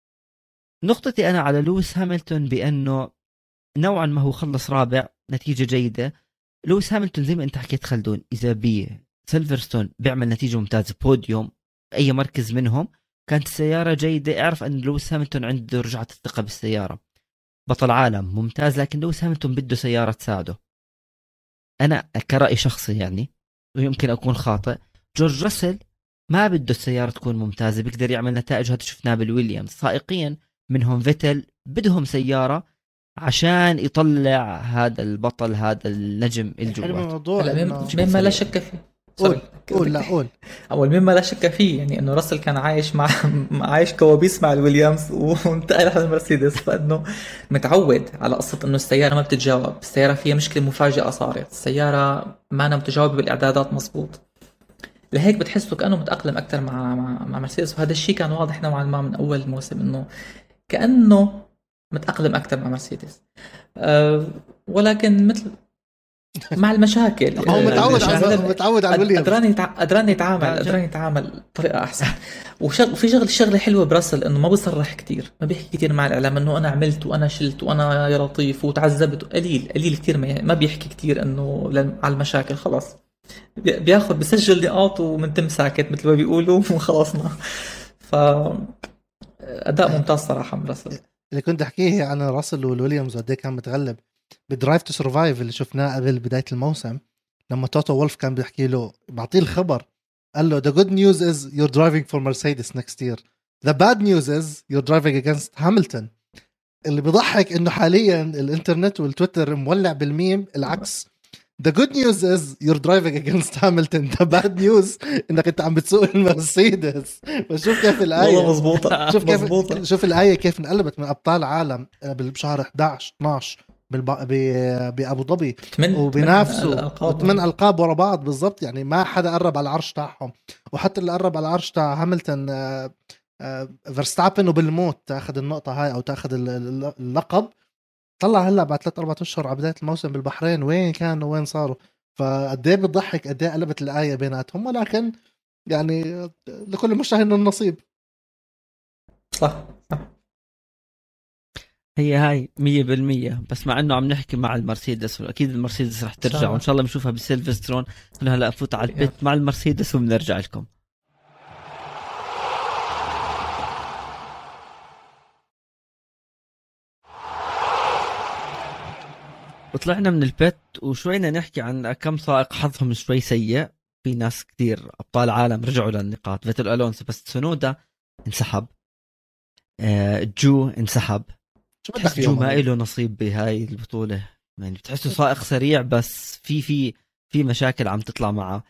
نقطتي انا على لويس هاملتون بانه نوعا ما هو خلص رابع، نتيجه جيده. لويس هاملتون زي ما انت حكيت خلدون، اذا سيلفرستون بيعمل نتيجه ممتازه، بوديوم، اي مركز منهم، كانت السياره جيده، اعرف ان لويس هاملتون عنده رجعه الثقه بالسياره، بطل عالم ممتاز، لكن لويس هاملتون بده سياره تساعده. انا كرأي شخصي يعني، ويمكن اكون خاطئ، جورج راسل ما بده السيارة تكون ممتازة، بيقدر يعمل نتائج. هذا شفناه بالويليامز، سائقين منهم فيتل بدهم سيارة عشان يطلع هذا البطل، هذا النجم الجوات. مما لا شك فيه. قول أول مما لا شك فيه يعني إنه راسل كان عايش كوابيس مع الويليامز وانتقل على المرسيدس، فإنه متعود على قصة إنه السيارة ما بتتجاوب، السيارة فيها مشكلة مفاجئة صارت، السيارة ما أنا متجاوبة بالإعدادات مزبوط. لهيك بتحسه كأنه متأقلم أكتر مع مرسيدس، وهذا الشيء كان واضح نوعا ما من أول الموسم إنه كأنه متأقلم أكتر مع مرسيدس. ولكن مثل مع المشاكل هو المشاكل متعود على ويليامز. قدران يتعامل بطريقة أحسن. وفي شغلة حلوة براسل إنه ما بيصرح كتير، ما بيحكي كتير مع الإعلام إنه أنا عملت وأنا شلت وأنا يا لطيف وتعذبت. قليل كتير، ما بيحكي كتير إنه على المشاكل. خلاص بياخد بسجل نقاط ومنتم ساكت مثل ما بيقولوا وخلصنا. أداء ممتاز صراحة من راسل. اللي كنت أحكيه عن راسل والويليامز وقد كان متغلب بدرايف تو سرفايف اللي شفناه قبل بداية الموسم، لما توتو وولف كان بيحكي له بعطيه الخبر، قال له the good news is you're driving for Mercedes next year, the bad news is you're driving against Hamilton. اللي بيضحك انه حاليا الانترنت والتويتر مولع بالميم العكس. the good news is you're driving against Hamilton, the bad news انك انت عم بتسوق المرسيدس. فشوف كيف الآية والله مزبوطة. شوف الآية كيف انقلبت من أبطال عالم بالشهر 11 12 بأبو ظبي وبينافسوا 8 ألقاب ورا بعض بالضبط. يعني ما حدا قرب على العرش تاعهم، وحتى اللي قرب على العرش تاع هاملتون فيرستابن وبالموت تاخذ النقطة هاي أو تاخذ اللقب. طلع هلا بعد 3-4 أشهر على بداية الموسم بالبحرين وين كانوا وين صاروا. فقديه بتضحك قديه قلبت الآية بيناتهم، ولكن يعني لكل مجتهد النصيب. صح. هي هاي 100%. بس مع انه عم نحكي مع المرسيدس، واكيد المرسيدس رح ترجع وان شاء الله بنشوفها بالسيلفسترون. خلينا هلا نفوت على البيت مع المرسيدس وبنرجع لكم. وطلعنا من البيت وشوينا نحكي عن كم سائق حظهم شوي سيء. في ناس كتير ابطال عالم رجعوا للنقاط، فيتل ألونسو، بس تسونودا انسحب، جو انسحب. جو ما له نصيب بهاي البطولة. يعني بتحسه سائق سريع بس في مشاكل عم تطلع معه.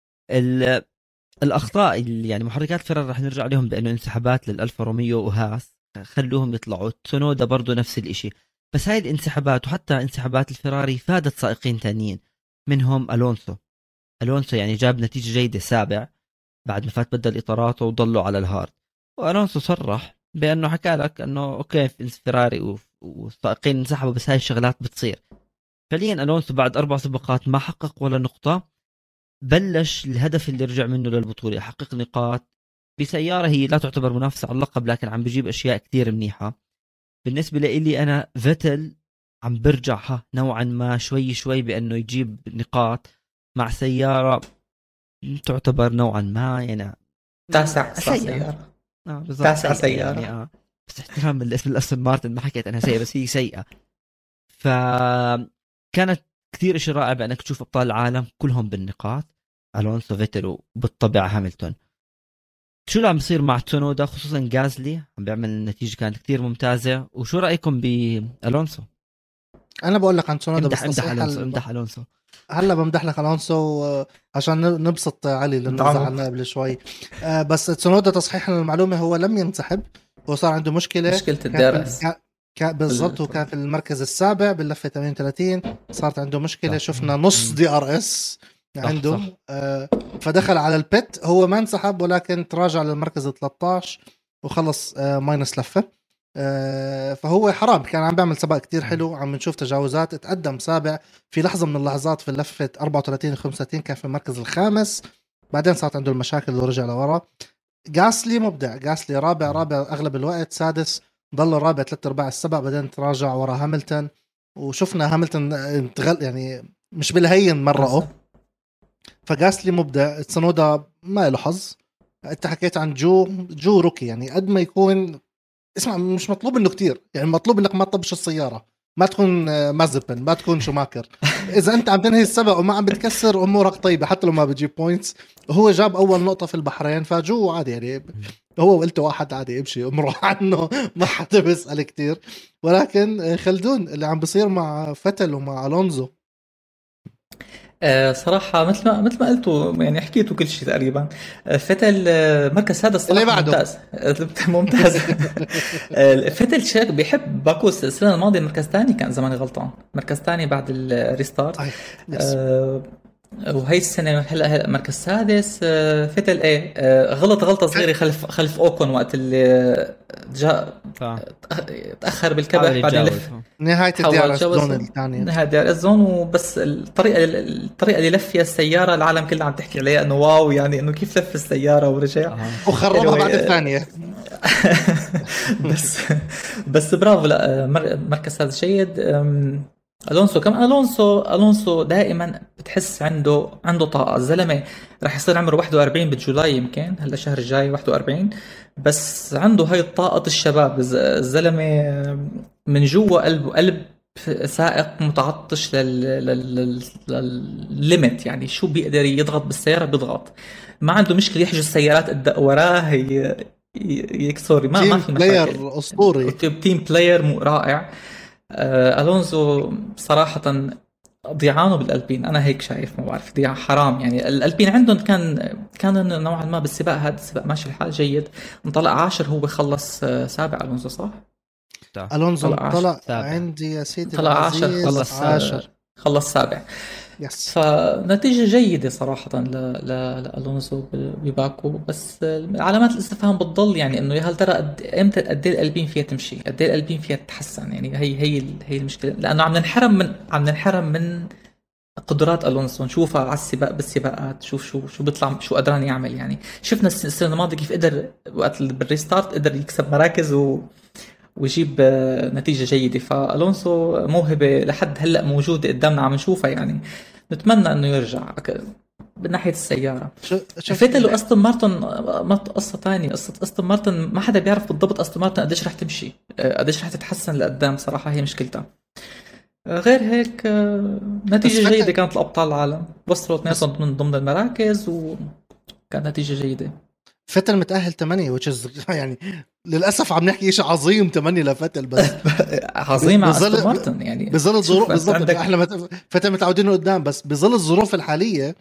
الأخطاء اللي يعني محركات فرار رح نرجع لهم، بأنه انسحابات للألفا روميو وهاس خلوهم يطلعوا. تسونودا برضو نفس الاشي. بس هاي الانسحابات وحتى انسحابات الفراري فادت سائقين تانيين، منهم ألونسو يعني جاب نتيجة جيدة، سابع بعد ما فات بدل إطاراته وضلوا على الهارد. وألونسو صرح بأنه حكى لك أنه أوكي في فراري والسائقين انسحبوا، بس هاي الشغلات بتصير. فعليا ألونسو بعد 4 سباقات ما حقق ولا نقطة. بلش الهدف اللي رجع منه للبطولة، يحقق نقاط بسيارة هي لا تعتبر منافسة على اللقب، لكن عم بيجيب أشياء كتير منيحة. بالنسبة لي أنا فيتل عم برجعها نوعا ما شوي بأنه يجيب نقاط مع سيارة تعتبر نوعا ما يعني تاسع سيارة. تاسع سيارة يعني بس احترام الاسم الأستون مارتن، ما حكيت أنا سيئة بس هي سيئة. فكانت كثير إشي رائع بأنك تشوف أبطال العالم كلهم بالنقاط، ألونسو، فيتل، وبالطبع هاملتون. شو اللي عم بصير مع تسونودا خصوصا غازلي عم بيعمل نتيجة كانت كتير ممتازة. وشو رأيكم بألونسو؟ أنا بقول لك عن تسونودا بس امدح ألونسو. هلا بمدح لك ألونسو عشان نبسط علي لأنه زعلنا قبل شوي. بس تسونودا تصحيح المعلومة هو لم ينسحب، هو صار عنده مشكلة الدرس بالضبط. وكان في المركز السابع باللفة 38 صارت عنده مشكلة. شفنا نص DRS عنده. فدخل على البيت، هو ما انسحب ولكن تراجع للمركز 13 وخلص ماينس لفة. فهو حرام، كان عم بيعمل سباق كتير حلو، عم نشوف تجاوزات، اتقدم سابع في لحظة من اللحظات في اللفة 34-35 كان في المركز الخامس، بعدين صارت عنده المشاكل ورجع لورا. غاسلي مبدع، غاسلي رابع أغلب الوقت، سادس ضل رابع 3/4 السبع، بعدين تراجع ورا هاملتون. وشفنا هاملتون يعني مش بالهين مرقه. فغاسلي مبدع. تسونودا ما له حظ. انت حكيت عن جو روكي، يعني قد ما يكون اسمع مش مطلوب انه كتير، يعني مطلوب انك ما تطبش السيارة، ما تكون مازبن، ما تكون شوماكر. اذا انت عم تنهي السبق وما عم بتكسر امورك طيبة حتى لو ما بتجيب بوينتس. وهو جاب اول نقطة في البحرين، فجو عادي يعني هو وقلت واحد عادي يمشي امره عنه، ما حدا بيسأل كتير. ولكن خلدون اللي عم بصير مع فتل ومع ألونزو صراحة مثل ما قلتوا يعني حكيتوا كل شيء تقريبا. فتل مركز هذا الصراحة ممتاز. فتل شاك بيحب باكو. السنة الماضية مركز ثاني كان زماني غلطان، مركز ثاني بعد الريستارت. وهي السنة هلا مركز سادس. فتل ايه غلط غلطة صغيرة خلف اوكون وقت اللي جاء تأخر بالكبح، حاول بعدين يتجاوز. لف نهاية حاول الدي ار اس يتجاوز زون الثانية. نهاية دي ار اس زون. وبس الطريقة اللي لف فيها السيارة العالم كله عم تحكي عليها انه واو، يعني انه كيف لف السيارة ورجع وخربها Anyway، بعد الثانية. بس بس برافو. لا مركز هذا جيد. الونسو كم الونسو دائما بتحس عنده طاقه الزلمه. راح يصير عمره 41 بالجولاي، يمكن هلا الشهر الجاي 41، بس عنده هاي طاقه الشباب. الزلمه من جوا قلب سائق متعطش للليمت، يعني شو بيقدر يضغط بالسياره بيضغط. ما عنده مشكله يحجز السيارات وراه يكسر، ما في مشاكل. بلاير اسطوري، تيم بلاير رائع. الونزو صراحه ضيعانه بالالبين، انا هيك شايف. ما بعرف، ضياع حرام يعني. الالبين عندهم كان نوعا ما بالسباق، هذا السباق ماشي الحال جيد. انطلع 10 هو خلص سابع. الونزو صح؟ الونزو طلع سابع. عندي يا سيدي طلع 10 العزيز خلص 10. خلص سابع. يس. فنتيجة جيدة صراحة لألونسو بباكو. بس علامات الاستفهام بتضل، يعني انه يا هل ترى امتى قد ايه القلبين فيها تمشي، قد ايه القلبين فيها تتحسن. يعني هي المشكلة، لانه عم ننحرم من قدرات الونسو. نشوفها على السباق بالسباقات، شوف شو بيطلع، شو قدران يعمل. يعني شفنا السنة الماضية كيف قدر وقت بالريستارت قدر يكسب مراكز ويجيب نتيجة جيدة. فالونسو موهبة لحد هلا موجودة قدامنا عم نشوفها. يعني نتمنى انه يرجع من ناحية السيارة. فيتل واستون مارتن قصة تانية. قصة استون مارتن ما حدا بيعرف بالضبط استون مارتن قديش رح تمشي، قديش رح تتحسن لقدام. صراحة هي مشكلتها. غير هيك نتيجة جيدة كانت الأبطال العالم، وصلوا اثنيناتهم من ضمن المراكز وكانت نتيجة جيدة. فتل متأهل 8 يعني للأسف عم نحكي شيء عظيم 8 لفتل، بس عظيم على استون مارتن يعني بظل الظروف. بالضبط احنا فتل متعودين قدام، بس بظل الظروف الحالية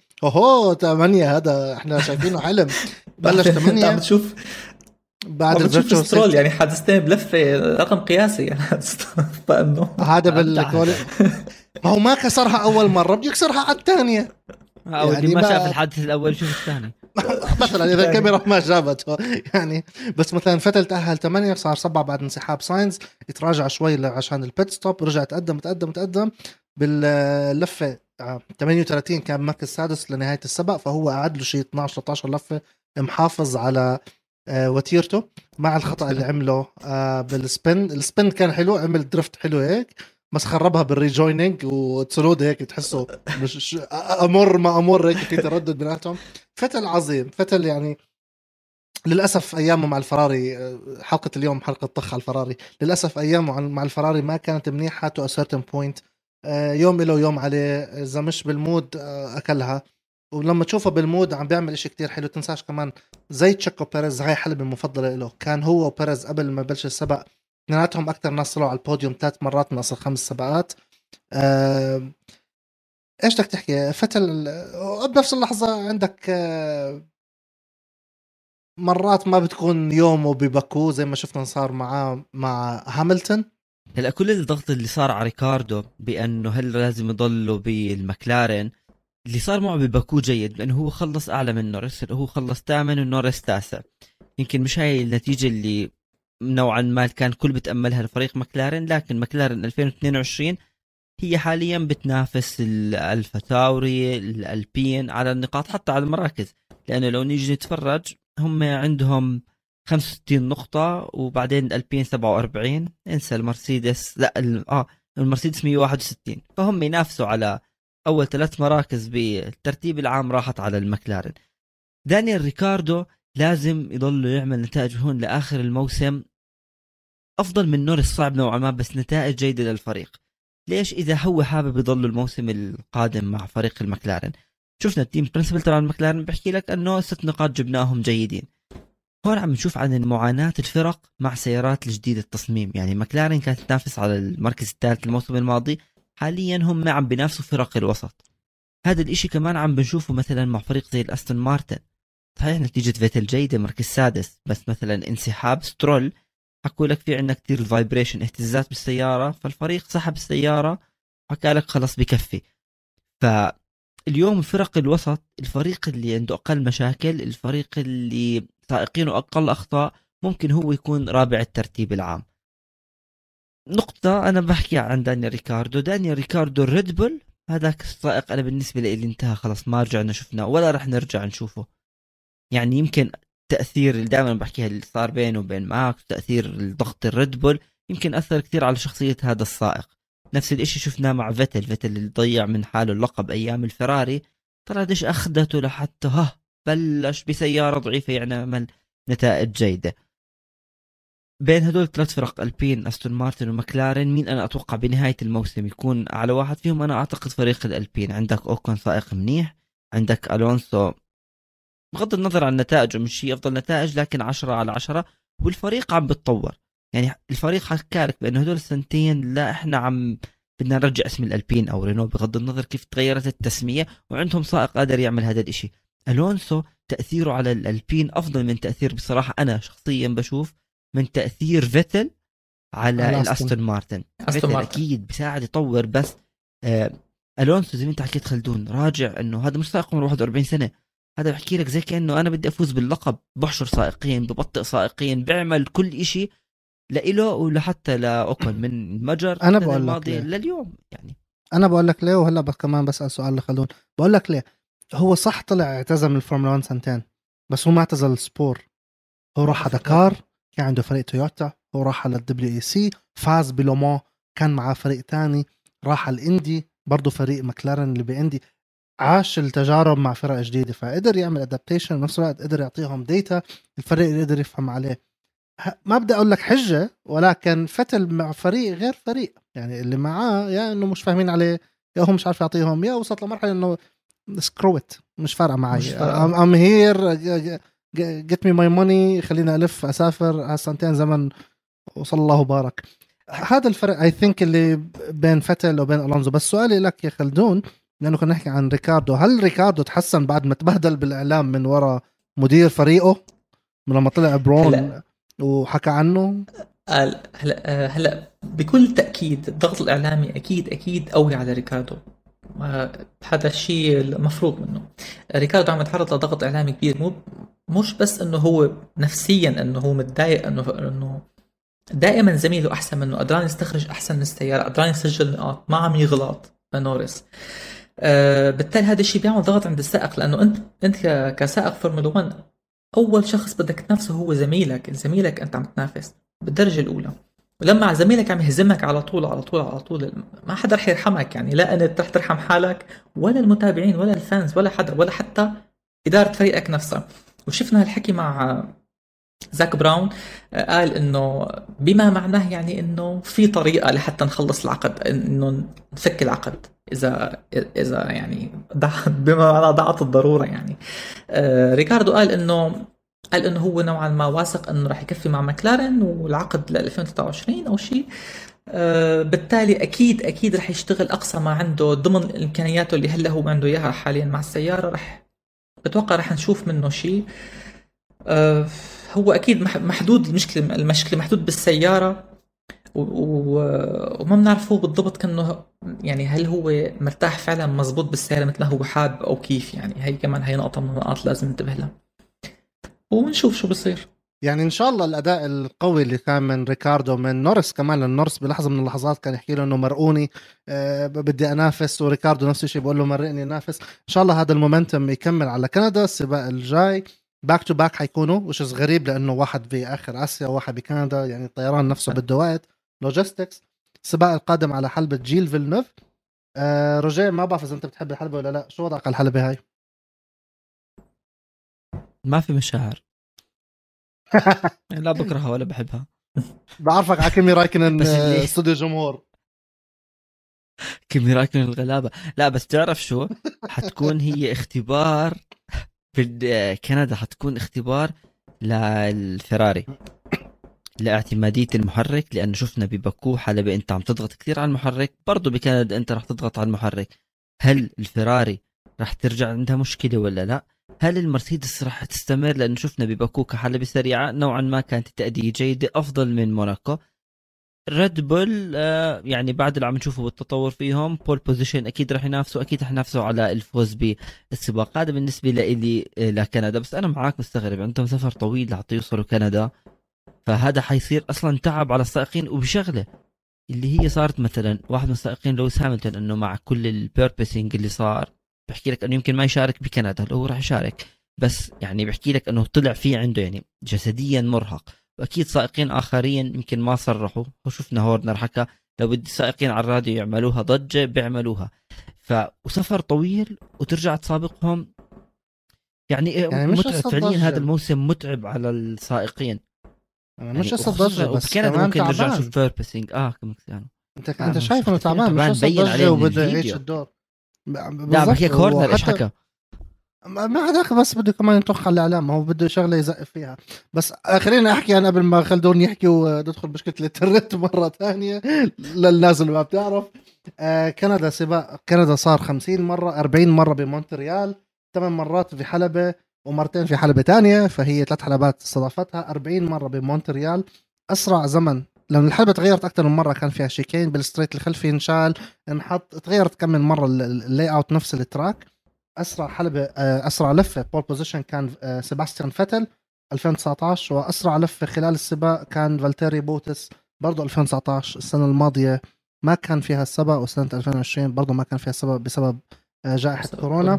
8 هذا احنا شايفينه حلم. بلش 8 عم تشوف بعد الفيرتشوال سترول، يعني حادثتين بلفة رقم قياسي يعني. فانه هذا بالكوالي ما هو ما كسرها اول مرة بده يكسرها على الثانية. او يعني اللي ما شاف الحادث الاول شوف الثاني مثلا اذا الكاميرا ما جابته يعني. بس مثلا فتل تأهل 8 صار 7 بعد انسحاب ساينز، يتراجع شوي عشان البيت ستوب، رجع تقدم باللفة 38 كان مركز سادس لنهاية السباق. فهو قعد له شيء 12 13 لفة محافظ على وتيرته مع الخطأ اللي عمله السبن كان حلو، عمل درفت حلو هيك، بس خربها بالريجوينينج وتسرود هيك تحسه مش ما امر هيك في تردد بيناتهم. فتل عظيم فتل يعني. للاسف ايامه مع الفراري، حلقه اليوم حلقه طخ على الفراري، للاسف ايامه مع الفراري ما كانت منيحه تو سيرتن بوينت. يوم له يوم عليه، اذا مش بالمود اكلها. ولما تشوفه بالمود عم بيعمل اشي كتير حلو. تنساش كمان زي تشيكو بيريز، هاي حلبة المفضلة له. كان هو وبيريز قبل ما يبلش السبق اثنيناتهم اكثر ناس طلعوا على البوديوم 3 مرات من اصل 5 سباقات. ايش بدك تحكي فتل؟ بنفس اللحظة عندك مرات ما بتكون يومه بباكو زي ما شفنا صار مع هاملتون. هلا كل الضغط اللي صار على ريكاردو بانه هل لازم يضلوا بالمكلارين، اللي صار معه بباكو جيد لانه هو خلص اعلى من نورس، هو خلص 8 ونورس 9. يمكن مش هاي النتيجة اللي نوعا ما كان كل بتأملها لفريق مكلارين، لكن مكلارين 2022 هي حاليا بتنافس الألفا تاوري الألبين على النقاط حتى على المراكز. لأنه لو نيجي نتفرج هم عندهم 65 نقطة، وبعدين الألبين 47. انسى المرسيدس، لا المرسيدس 161. فهم ينافسوا على أول 3 مراكز بالترتيب العام، راحت على المكلارين. دانيال ريكاردو لازم يضل يعمل نتائج هون لآخر الموسم أفضل من نورس، صعب نوعا ما بس نتائج جيدة للفريق. ليش؟ إذا هو حابب يضل الموسم القادم مع فريق المكلارين. شفنا التيم برنسبل تبع المكلارين بحكي لك أنه 6 نقاط جبناهم جيدين. هون عم نشوف عن المعاناة الفرق مع سيارات الجديدة التصميم. يعني مكلارين كانت تنافس على المركز الثالث الموسم الماضي، حاليا هم عم بينافسوا فرق الوسط. هذا الاشي كمان عم بنشوفه مثلا مع فريق زي الأستون مارتن. صحيح نتيجة فيتل جيدة مركز سادس، بس مثلا انسحاب سترول حكوا لك في عندنا كتير الفايبريشن اهتزازات بالسيارة، فالفريق سحب السيارة حكى لك خلص بكفي. اليوم فرق الوسط، الفريق اللي عنده أقل مشاكل، الفريق اللي سائقينه أقل أخطاء، ممكن هو يكون رابع الترتيب العام. نقطة أنا بحكي عن دانيال ريكاردو الريد بول هذاك السائق أنا بالنسبة لي اللي انتهى خلاص، ما رجعنا شفناه ولا رح نرجع نشوفه. يعني يمكن تأثير اللي دائما بحكيها اللي صار بينه وبين ماكس، تأثير الضغط الريد بول يمكن أثر كثير على شخصية هذا السائق. نفس الاشي شفناه مع فيتل اللي ضيع من حاله اللقب أيام الفراري، طلع ديش أخذته لحتى بلش بسيارة ضعيفة يعمل نتائج جيدة. بين هدول 3 فرق البين، أستون مارتن ومكلارين، مين أنا أتوقع بنهاية الموسم يكون أعلى واحد فيهم؟ أنا أعتقد فريق الألبين. عندك أوكون سائق منيح، عندك ألونسو بغض النظر عن نتائجه مش هي أفضل نتائج لكن 10/10، والفريق عم بتطور. يعني الفريق حكارك بأنه هدول السنتين لا إحنا عم بدنا نرجع اسم الألبين أو رينو بغض النظر كيف تغيرت التسمية، وعندهم سائق قادر يعمل هذا الإشي. ألونسو تأثيره على الألبين أفضل من تأثير، بصراحة أنا شخصيا بشوف، من تأثير فيتل على الأستون مارتن. فيتل أكيد بيساعد يطور، بس ألونسو زي ما انت حكيت خلدون راجع انه هذا مش سائق عمره 41 سنة، هذا بحكي لك زي كأنه انا بدي افوز باللقب، بحشر سائقين، ببطئ سائقين، بعمل كل اشي لإله ولحتى لأوكون من المجر انا بقول لك لليوم. يعني انا بقول لك ليه، وهلا بس كمان بسأل سؤال لخلدون، بقول لك ليه. هو صح طلع اعتزل من الفورمولا 1 سنتين، بس هو ما اعتزل السبور. هو راح على دكار، كان عنده فريق تويوتا، هو راح على الWEC، فاز بلومون، كان معاه فريق تاني، راح على الاندي برضو فريق مكلارن اللي باندي، عاش التجارب مع فرق جديدة، فقدر يعمل ادابتيشن، ونفس الوقت قدر يعطيهم ديتا الفريق اللي قدر يفهم عليه. ما بدي اقول لك حجة، ولكن فتل مع فريق غير فريق، يعني اللي معاه يا انه مش فاهمين عليه، يا هو مش عارف يعطيهم، يا وصلت لمرحلة انه سكروت مش فارقة معي، I'm here get me my money، خلينا ألف أسافر هالسنتين زمن وصلى الله وبارك. هذا الفرق I think اللي بين فتل وبين ألونزو. بس سؤالي لك يا خلدون، لأنه كنا نحكي عن ريكاردو، هل ريكاردو تحسن بعد ما تبهدل بالإعلام من وراء مدير فريقه لما طلع برون وحكى عنه؟ هلا بكل تأكيد الضغط الإعلامي أكيد قوي على ريكاردو، هذا الشيء المفروض منه. ريكاردو عم يتعرض لضغط إعلامي كبير، مش بس إنه هو نفسيا إنه هو متضايق إنه دائما زميله أحسن منه، قدران يستخرج أحسن من السيارة، قدران يسجل نقاط، ما عم يغلط نورس. بالتالي هذا الشيء بيعمل ضغط عند السائق، لأنه أنت كسائق فورمولا 1 أول شخص بدك تنافسه هو زميلك أنت عم تنافس بالدرجة الأولى، ولما زميلك عم يهزمك على طول ما حدا رح يرحمك. يعني لا أنت رح ترحم حالك ولا المتابعين ولا الفانز ولا حدا، ولا حتى إدارة فريقك نفسها. وشفنا هالحكي مع زاك براون، قال إنه بما معناه يعني إنه في طريقة لحتى نخلص العقد، إنه نفك العقد إذا يعني بما معناه ضاعت الضرورة. يعني ريكاردو قال إنه هو نوعا ما واثق إنه راح يكفي مع مكلارن والعقد ل 2023 أو شيء. بالتالي أكيد راح يشتغل أقصى ما عنده ضمن إمكانياته اللي هلا هو عنده إياها حاليا مع السيارة. بتوقع راح نشوف منه شيء. هو أكيد محدود، المشكلة محدود بالسيارة، وما بنعرف هو بالضبط كأنه يعني هل هو مرتاح فعلا مزبوط بالسيارة مثل ما هو حاب أو كيف. يعني هي كمان هي نقطة من النقاط لازم ننتبه لها، ونشوف شو بصير. يعني إن شاء الله الأداء القوي اللي كان من ريكاردو من نورس كمان، النورس بلحظة من اللحظات كان يحكي له إنه مرقوني، بدي أنافس، وريكاردو نفس الشيء بقول له مرقني أنافس. إن شاء الله هذا المومنتم يكمل على كندا. السباق الجاي باك تو باك حيكونوا، وش غريب لأنه واحد في آخر آسيا وواحد بكندا، يعني الطيران نفسه بده وقت، لوجيستكس. السباق القادم على حلبة جيل فيلنوف. رجاء ما بعرف إذا أنت بتحب الحلبة ولا لا، شو وضعك على الحلبة هاي؟ ما في مشاعر. لا بكرهها ولا بحبها. بعرفك على كيمي رايكنن استوديو جمهور. كيمي رايكنن الغلابة. لا بس تعرف شو حتكون هي اختبار كندا، حتكون اختبار للفراري لاعتمادية المحرك، لأنه شفنا بباكو حلبة أنت عم تضغط كثير على المحرك، برضو بكندا أنت رح تضغط على المحرك. هل الفراري رح ترجع عندها مشكلة ولا لا؟ هل المرسيدس رح تستمر؟ لأنه شفنا بباكو كحلبة سريعة نوعا ما كانت التأدية جيدة أفضل من موناكو. ريد بول يعني بعد اللي عم نشوفه بالتطور فيهم بول بوزيشن اكيد رح ينافسوا، اكيد رح ينافسوا على الفوز بالسباق. هذا بالنسبه لي لكندا. بس انا معاك مستغرب، عندهم سفر طويل لحتى يوصلوا كندا، فهذا حيصير اصلا تعب على السائقين. وبشغله اللي هي صارت مثلا واحد من السائقين لويس هامilton انه مع كل البيربسينج اللي صار بحكي لك انه يمكن ما يشارك بكندا. هلا هو راح يشارك، بس يعني بحكي لك انه طلع فيه عنده يعني جسديا مرهق. واكيد سائقين اخرين يمكن ما صرحوا، وشفنا هورنر حكى لو بدي سائقين على الراديو يعملوها ضجه بيعملوها. وسفر طويل وترجع تسابقهم، يعني مش متعب قصة فعليا. ضجة. هذا الموسم متعب على السائقين، مش قصة وخصوصاً ضجة، بس وبكندا كمان ممكن نرجع تعبان. نشوف بيربسينج كمان يعني. انت شايف انه تعبان، مش قصة بين عليه ضجة من وبده يعيش الفيديو. الدور. لا بحكيك هورنر ايش حكى؟ ما حدا، بس بده كمان يطخ على الاعلام، هو بده شغله يزقف فيها. بس خلينا احكي انا قبل ما خلدون يحكي وندخل مشكله الانترنت مره ثانيه للناس اللي ما بتعرف. كندا، سباق كندا صار 50 مره، 40 مره بمونتريال، 8 مرات في حلبة ومرتين في حلبة تانية، فهي 3 حلبات استضافتها. 40 مره بمونتريال، اسرع زمن لأن الحلبة تغيرت أكثر من مرة، كان فيها شيكين بالستريت الخلفي انشال انحط، تغيرت كم من مرة اللاي اوت نفس التراك. اسرع حلبة اسرع لفة بول بوزيشن كان سيباستيان فيتل 2019، واسرع لفة خلال السباق كان فالتيري بوتس برضو 2019. السنة الماضية ما كان فيها السباق، وسنة 2020 برضو ما كان فيها السباق بسبب جائحة كورونا.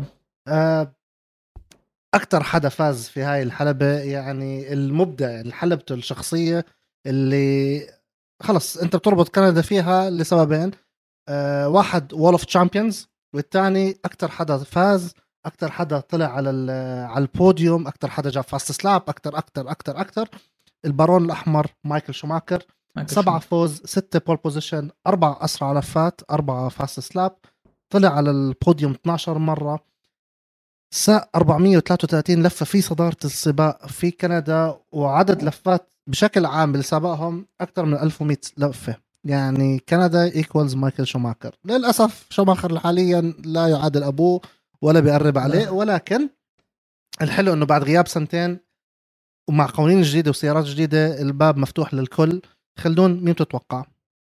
اكتر حدا فاز في هاي الحلبة يعني المبدع، يعني حلبته الشخصية اللي خلص انت بتربط كندا فيها لسببين. واحد وول اوف تشامبيونز، والثاني اكتر حدا فاز، اكتر حدا طلع على البوديوم، اكتر حدا جاب فاست سلاب، اكتر البارون الاحمر مايكل شوماكر. 7 فوز، 6 بول بوزيشن، 4 اسرع لفات، 4 فاست سلاب، طلع على البوديوم 12 مرة، ساق 433 لفة في صدارة السباق في كندا. وعدد لفات بشكل عام بسباقهم أكثر من 1100 لفة. يعني كندا إيكوالز مايكل شوماكر. للأسف شوماكر حاليا لا يعادل أبوه ولا بيقرب عليه، ولكن الحلو أنه بعد غياب سنتين ومع قوانين جديدة وسيارات جديدة الباب مفتوح للكل. خلدون، مين تتوقع؟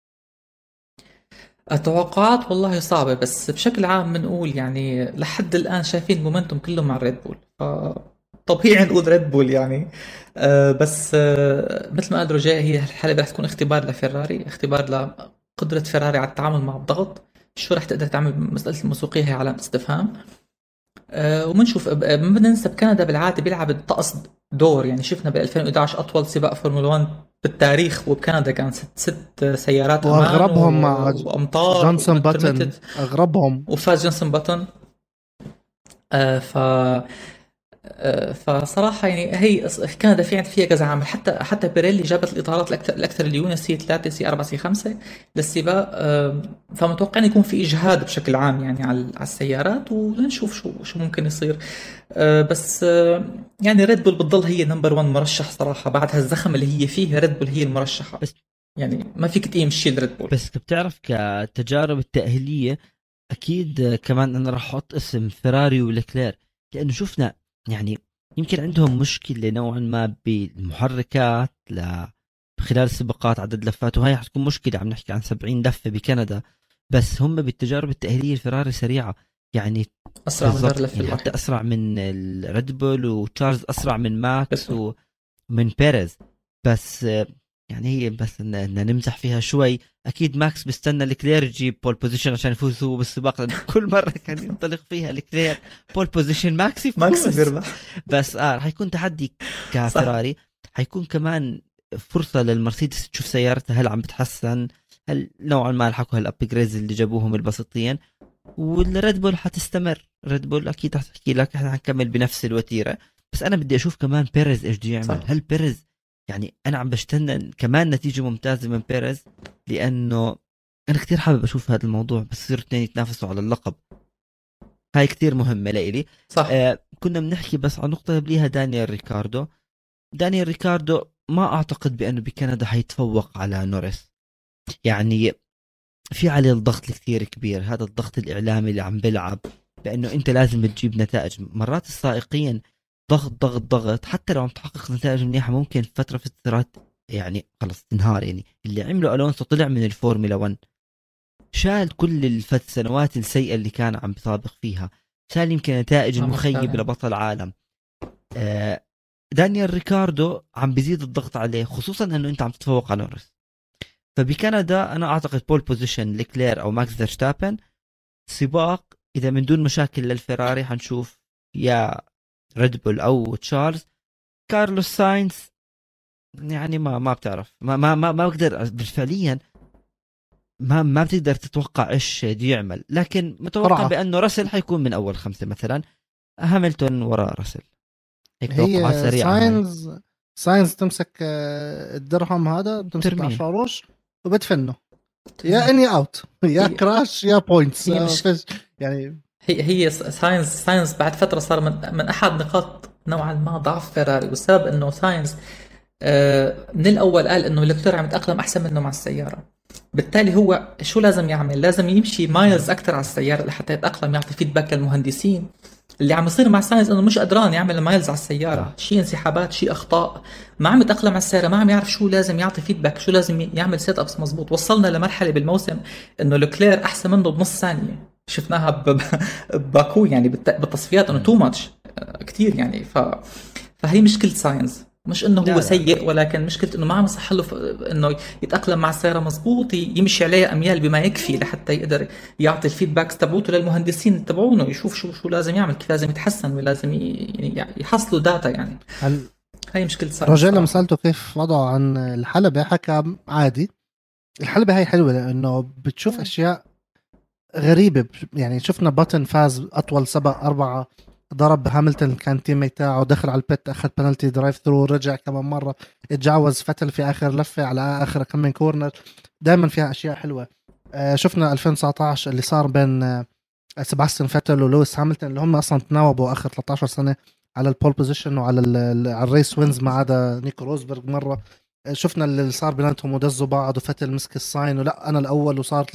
التوقعات والله صعبة، بس بشكل عام بنقول يعني لحد الآن شايفين المومنتوم كله مع الريد بول، فطبيعي نقول ريد بول يعني. بس مثل ما قال رجاء، هي الحلبة رح تكون اختبار لفيراري، اختبار لقدرة فيراري على التعامل مع الضغط. شو رح تقدر تعمل مسألة الموسيقية، هي علامة استفهام. ومنشوف ما بدنا ننسى بكندا بالعادة بيلعب الطقس دور، يعني شفنا ب 2011 أطول سباق فورمولا 1 بالتاريخ، وبكندا كان ست سيارات أمان وأغربهم مع وأمطار جونسون باتن، أغربهم وفاز جونسون باتن. ف فصراحة يعني هي كندا فيها كذا عامل، حتى بيريلي جابت الإطارات الأكثر ليونة، سي 3 سي 4 سي 5 للسباق. فمتوقع يكون في إجهاد بشكل عام يعني على السيارات، ولنشوف شو ممكن يصير. بس يعني ريد بول بتضل هي نمبر 1 مرشح صراحة، بعد هالزخم اللي هي فيه ريد بول هي المرشحة. بس يعني ما فيك تقيم شيء ريد بول. بس بتعرف كتجارب التأهيلية أكيد كمان أنا راح أحط اسم فيراري ولكلير، لأنه شفنا يعني يمكن عندهم مشكلة نوعا ما بالمحركات خلال السباقات، عدد لفات، وهي حتكون مشكلة. عم نحكي عن 70 لفة بكندا، بس هم بالتجارب التأهيلية الفيراري سريعة، يعني أسرع من يعني حتى أسرع من الريد بول، وتشارلز أسرع من ماكس ومن بيريز. بس يعني هي بس إن نمزح فيها شوي. أكيد ماكس بيستنى الكلير يجيب بول بوزيشن عشان يفوز هو بالسباق، كل مرة كان ينطلق فيها الكلير بول بوزيشن ماكس بيربح. بس حيكون تحدي كفراري، حيكون كمان فرصة للمرسيدس تشوف سيارتها هل عم بتحسن، هل نوعا ما الحكوا هالابجريدز اللي جابوهم البسيطين. والريد بول حتستمر، ريد بول أكيد حتحكي لك احنا حنكمل بنفس الوتيرة. بس أنا بدي أشوف كمان بيريز إيش بده يعمل. هل بيريز يعني أنا عم بستنى كمان نتيجة ممتازة من بيريز، لأنه أنا كتير حابب أشوف هذا الموضوع، بس يصيروا اثنين يتنافسوا على اللقب، هاي كتير مهمة لإلي. صح. كنا بنحكي بس عن نقطة قبليها، دانيال ريكاردو ما أعتقد بأنه بكندا حيتفوق على نوريس. يعني في عليه الضغط كتير كبير، هذا الضغط الإعلامي اللي عم بلعب بأنه أنت لازم تجيب نتائج. مرات السائقين ضغط حتى لو عم تحقق نتائج منيحة ممكن فترة يعني خلص تنهار. يعني اللي عمله ألونسو طلع من الفورمولا 1، شال كل السنوات السيئة اللي كان عم بيسابق فيها، شال يمكن نتائج المخيب لبطل عالم. دانيال ريكاردو عم بيزيد الضغط عليه، خصوصا انه انت عم تتفوق على نورس. فبكندا انا اعتقد بول بوزيشن لكلير او ماكس فيرستابن، سباق اذا من دون مشاكل للفراري حنشوف يا ريد بول او تشارلز. كارلوس ساينز يعني ما بتعرف، ما بقدر فعليا، ما بتقدر تتوقع ايش دي يعمل، لكن متوقع بانه راسل حيكون من اول 5 مثلا، هاملتون وراء راسل. هيك توقعات سريعه. ساينز تمسك الدرهم هذا، بتمسك 10 قروش وبتفنه، يا اني اوت يا كراش يا بوينتس يعني. هي ساينز بعد فتره صار من احد نقاط نوعا ما ضعف فيراري، والسبب انه ساينز من الاول قال انه لكلير عم يتاقلم احسن منه مع السياره، بالتالي هو شو لازم يعمل؟ لازم يمشي مايلز اكثر على السياره لحتى يتاقلم، يعطي فيدباك للمهندسين. اللي عم يصير مع ساينز انه مش قدران يعمل مايلز على السياره، شيء انسحابات، شيء اخطاء، ما عم يتاقلم على السياره، ما عم يعرف شو لازم يعطي فيدباك، شو لازم يعمل سيت ابس مزبوط. وصلنا لمرحله بالموسم انه لوكلير احسن منه بنص ثانيه، شفناها بباكو يعني بالتصفيات انه تو ماتش كثير يعني. فهي مشكله ساينز، مش انه هو سيء، ولكن مشكلة انه ما عم يصح له انه يتأقلم مع السيارة مزبوط، يمشي عليها اميال بما يكفي لحتى يقدر يعطي الفيدباكس تبعوته للمهندسين تبعونه، يشوف شو لازم يعمل، كيف لازم يتحسن، ولازم يحصلوا داتا يعني. هاي مشكلة ساينز. رجال لما سألته كيف وضعه عن الحلبة حكى عادي، الحلبة هاي حلوة لانه بتشوف اشياء غريبة. يعني شفنا باتن فاز أطول سبق 4، ضرب هاملتون كان تيمي تاعه، دخل على البيت أخذ بنالتي درايف ثرو، رجع كمان مرة، اتجاوز فتل في آخر لفة على آخر كم من كورنر. دائما فيها أشياء حلوة. شفنا 2019 اللي صار بين سباستيان فيتل ولويس هاملتون، اللي هم أصلا تناوبوا آخر 13 سنة على البول بوزيشن وعلى الريس وينز، ما عدا نيكو روزبرغ مرة. شفنا اللي صار بيناتهم ودزوا بعض، وفتل مسك الساين ولا انا الاول، وصارت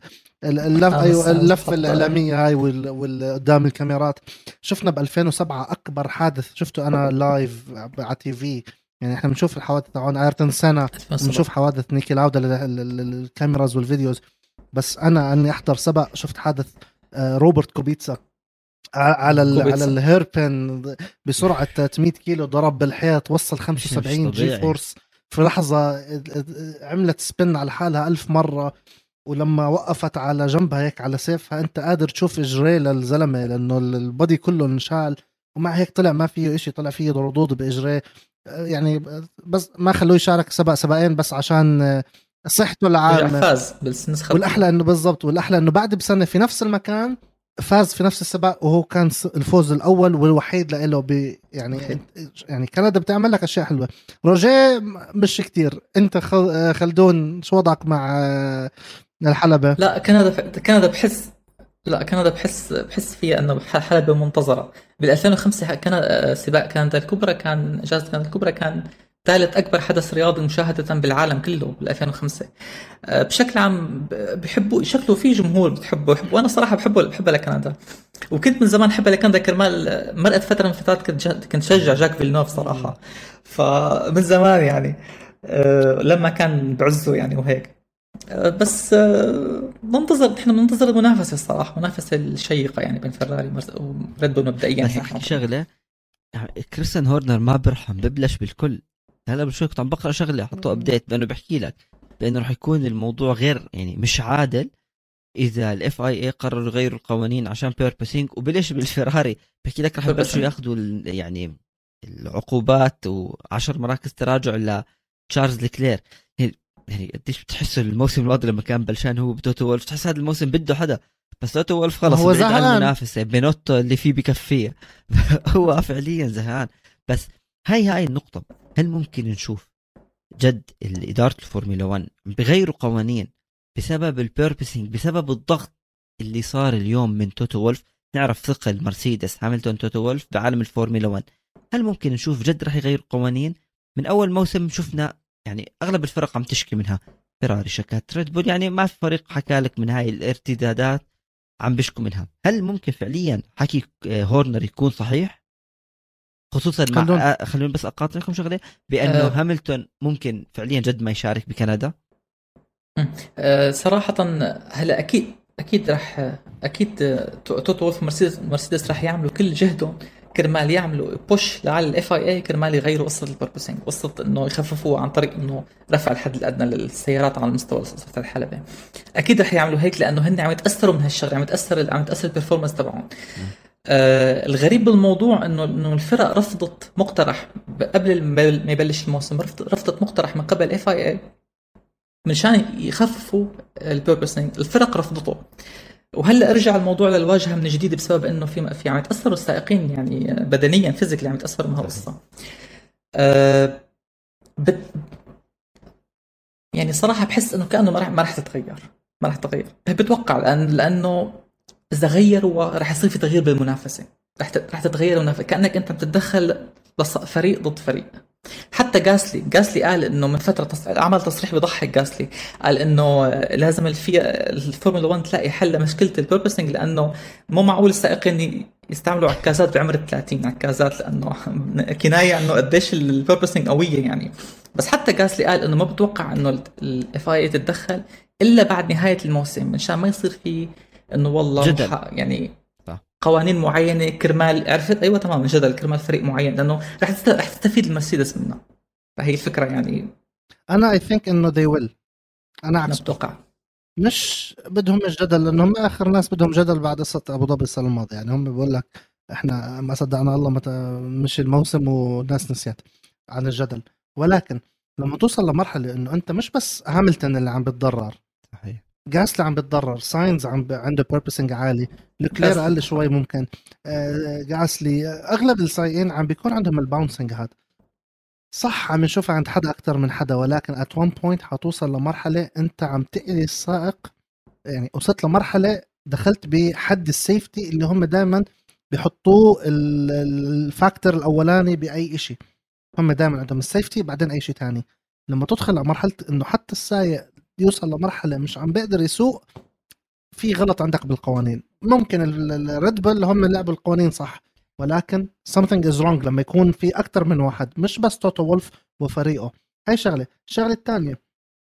اللفه الاعلاميه هاي والقدام الكاميرات. شفنا ب 2007 اكبر حادث شفته انا لايف على تي في، يعني احنا بنشوف الحوادث تاعون ايرتون سنه، بنشوف حوادث نيكي لاودا للكاميراز والفيديوز، بس انا اني احضر سبق شفت حادث روبرت كوبيتسا على الهيربن بسرعه 300 كيلو، ضرب بالحيط، وصل 75 جي فورس في لحظة، عملت سبن على حالها 1000 مرة، ولما وقفت على جنبها هيك على سيفها انت قادر تشوف اجريه للزلمة، لانه البودي كله انشال، ومع هيك طلع ما فيه اشي، طلع فيه ردود باجريه يعني، بس ما خلوه يشارك سبقين بس عشان صحته العامة. فاز بالنسخة. والاحلى انه بالضبط، والاحلى انه بعد بسنة في نفس المكان فاز في نفس السباق، وهو كان الفوز الأول والوحيد له يعني كندا بتعمل لك أشياء حلوة. روجيه مش كتير. أنت خلدون شو وضعك مع الحلبة؟ لا كندا بحس فيها أنه حلبة منتظرة. بال2005 كان سباق كندا الكبرى، كان إجازة كندا الكبرى كان ثالث أكبر حدث رياضي مشاهدة بالعالم كله بال2005. بشكل عام بحبوا، شكله في جمهور بتحبه، وأنا صراحة بحبه لكندا، وكنت من زمان حبها لكندا كرمال مرقت فترة من الفترات كنت شجع جاك فيلنوف صراحة، فمن زمان يعني لما كان بعزه يعني وهيك. بس احنا بننتظر المنافسة الصراحة، منافسة الشيقة يعني بين فيراري وريد بول مبدئيا. بس احكي شغلة، كريستيان هورنر ما برحم، ببلش بالكل. هلا بشوي كنت عم بقرا شغله حطوا ابديت بانه بحكي لك بانه راح يكون الموضوع غير يعني مش عادل اذا الاف اي اي قرروا يغيروا القوانين عشان بيربسينج. وبليش بالفيراري بحكي لك راح يبلشوا ياخذوا يعني العقوبات و10 مراكز تراجع لتشارلز لكلير. يعني قديش بتحسوا الموسم الماضي لما كان بلشان هو بتوتو وولف، تحس هذا الموسم بده حدا، بس توتو وولف خلص بعيد عن المنافسه، بينوتو اللي فيه بكفيه هو فعليا زهقان. بس هاي النقطه، هل ممكن نشوف جد إدارة الفورمولا 1 بغيروا قوانين بسبب البيربسينج، بسبب الضغط اللي صار اليوم من توتو وولف؟ نعرف ثقل مرسيدس هاملتون توتو وولف بعالم الفورمولا 1. هل ممكن نشوف جد رح يغير قوانين؟ من أول موسم شفنا يعني أغلب الفرق عم تشكي منها، فيراري شكات، ريد بول، يعني ما في فريق حكى لك من هاي الارتدادات عم بيشكوا منها. هل ممكن فعليا حكي هورنر يكون صحيح، خصوصا مع خلينا بس اقاطعكم شغله بانه هاملتون ممكن فعليا جد ما يشارك بكندا. صراحه هلا اكيد راح اكيد توتو وولف مرسيدس راح يعملوا كل جهدهم كرمال يعملوا بوش لعلى الاف اي اي كرمال يغيروا قصه البربسنج، قصه انه يخففوها عن طريق انه رفع الحد الادنى للسيارات على مستوى صفة الحلبة. اكيد رح يعملوا هيك لانه هن عم يتاثروا من هالشغله، عم يتاثر البرفورمانس تبعهم. الغريب بالموضوع انه الفرق رفضت مقترح قبل ما يبلش الموسم، رفضت مقترح من قبل اف اي اي منشان يخففوا البربسنج، الفرق رفضته. وهلا ارجع الموضوع للواجهه من جديد بسبب انه في عم يتاثروا السائقين يعني بدنيا فيزيكلي عم يتاثروا من هالقصه. يعني صراحه بحس انه كانه ما راح تتغير. بتوقع لانه اذا غيروا راح يصير في تغيير بالمنافسه، راح تتغير المنافسه، كانك انت بتتدخل فريق ضد فريق. حتى جاسلي قال انه من فتره عمل تصريح بيضحك. جاسلي قال انه لازم الفورمولا 1 تلاقي حل لمشكله البربسنج، لانه مو معقول السائقين يستعملوا عكازات بعمر 30 عكازات، لانه كنايه عنه قديش البربسنج قويه يعني. بس حتى جاسلي قال انه ما بتوقع انه الاف اي تتدخل الا بعد نهايه الموسم منشان ما يصير في انه والله يعني قوانين معينه كرمال عرفت. ايوه تمام، جدل كرمال فريق معين، لانه رح تستفيد المرسيدس منه. فهي الفكره يعني. انا اي ثينك انه they will. انا عكس اتوقع مش بدهم الجدل، لانهم اخر ناس بدهم جدل بعد قصه ابو ظبي السنه الماضيه. يعني هم بيقول لك احنا ما صدقنا الله مش الموسم والناس نسيت عن الجدل. ولكن لما توصل لمرحله انه انت مش بس هاملتون اللي عم بتضرر، صحيح، جاسلي عم بتضرر، ساينز عنده بيربسنج عالي، لكلير اقل شوي ممكن، جاسلي اغلب السايقين عم بيكون عندهم الباونسنج هذا. صح عم نشوفها عند حدا اكتر من حدا، ولكن at one point حتوصل لمرحله انت عم تأذي السائق. يعني وصلت لمرحله دخلت بحد السيفتي اللي هم دائما بيحطوه الفاكتور الاولاني باي اشي. هم دائما عندهم السيفتي بعدين اي شيء تاني. لما تدخل لمرحله انه حتى السائق يوصل لمرحله مش عم بيقدر يسوق، في غلط عندك بالقوانين. ممكن الريد بول هم لعبوا القوانين صح، ولكن something is wrong لما يكون في أكتر من واحد، مش بس توتو وولف وفريقه. هاي شغلة. الشغلة الثانية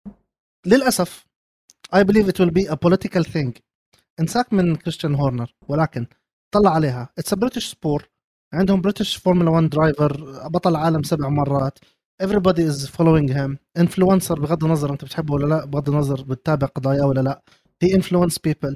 للأسف I believe it will be a political thing. انساك من كريستيان هورنر، ولكن طلع عليها it's a British sport. عندهم British Formula 1 driver بطل عالم 7 مرات. everybody is following him. influencer بغض النظر انت بتحبه ولا لا، بغض النظر بتتابع قضايا ولا لا، he influence people.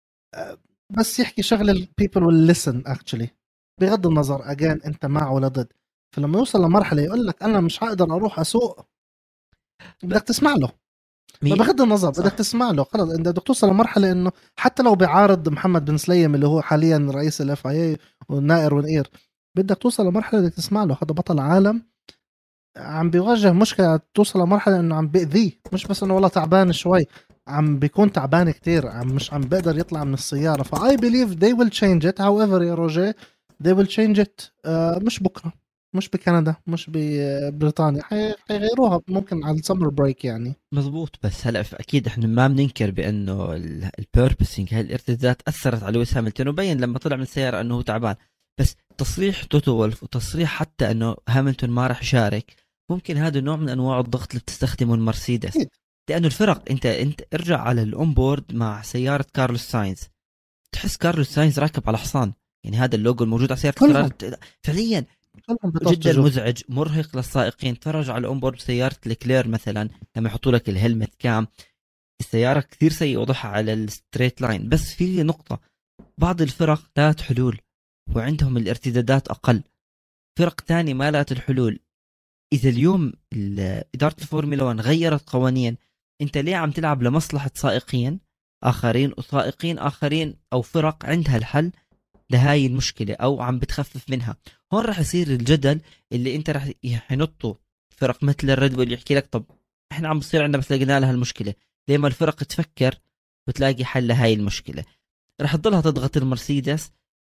بس يحكي شغله people will listen actually بغض النظر again انت مع ولا ضد. فلما يوصل لمرحله يقول لك انا مش هقدر اروح اسوق، بدك تسمع له. بغض النظر بدك تسمع له. خلص انت بدك توصل لمرحله انه حتى لو بيعارض محمد بن سليم اللي هو حاليا رئيس الاف اي اي والنائر ونقير، بدك توصل لمرحله بدك تسمع له. هذا بطل عالم عم بيواجه مشكله، توصل لمرحله انه عم بيأذيه، مش بس انه والله تعبان شوي، عم بيكون تعبان كتير، مش عم بقدر يطلع من السيارة. I believe they will change it. however يا روجي they will change it مش بكرة، مش بكندا، مش ببريطانيا، حيغيروها ممكن على السمر بريك يعني. مزبوط. بس هلا اكيد احنا ما بننكر بانه البيربسنج هاي الارتدادات اثرت على لويس هاملتون، وبين لما طلع من السيارة انه هو تعبان. بس تصريح توتو وولف وتصريح حتى انه هاملتون ما راح يشارك، ممكن هذا نوع من انواع الضغط اللي بتستخدمه المرسيدس. لانه الفرق انت ارجع على الاونبورد مع سياره كارلوس ساينز، تحس كارلوس ساينز راكب على حصان. يعني هذا اللوجو الموجود على سياره فيراري فعليا جدا مزعج، مرهق للسائقين. تفرج على الاونبورد سياره لكلير مثلا لما يحطوا لك الهلمت كام، السياره كثير سيء وضعها على الستريت لاين. بس في نقطه، بعض الفرق لها حلول وعندهم الارتدادات اقل، فرق تاني ما لها الحلول. اذا اليوم اداره الفورمولا 1 غيرت قوانين، انت ليه عم تلعب لمصلحة سائقين آخرين وسائقين آخرين أو فرق عندها الحل لهاي المشكلة أو عم بتخفف منها؟ هون رح يصير الجدل اللي انت رح ينطوا فرق مثل الريد بول يحكي لك طب احنا عم بصير عندنا بس لقينا لها المشكلة، ليه ما الفرق تفكر وتلاقي حل لهاي المشكلة؟ رح تضلها تضغط المرسيدس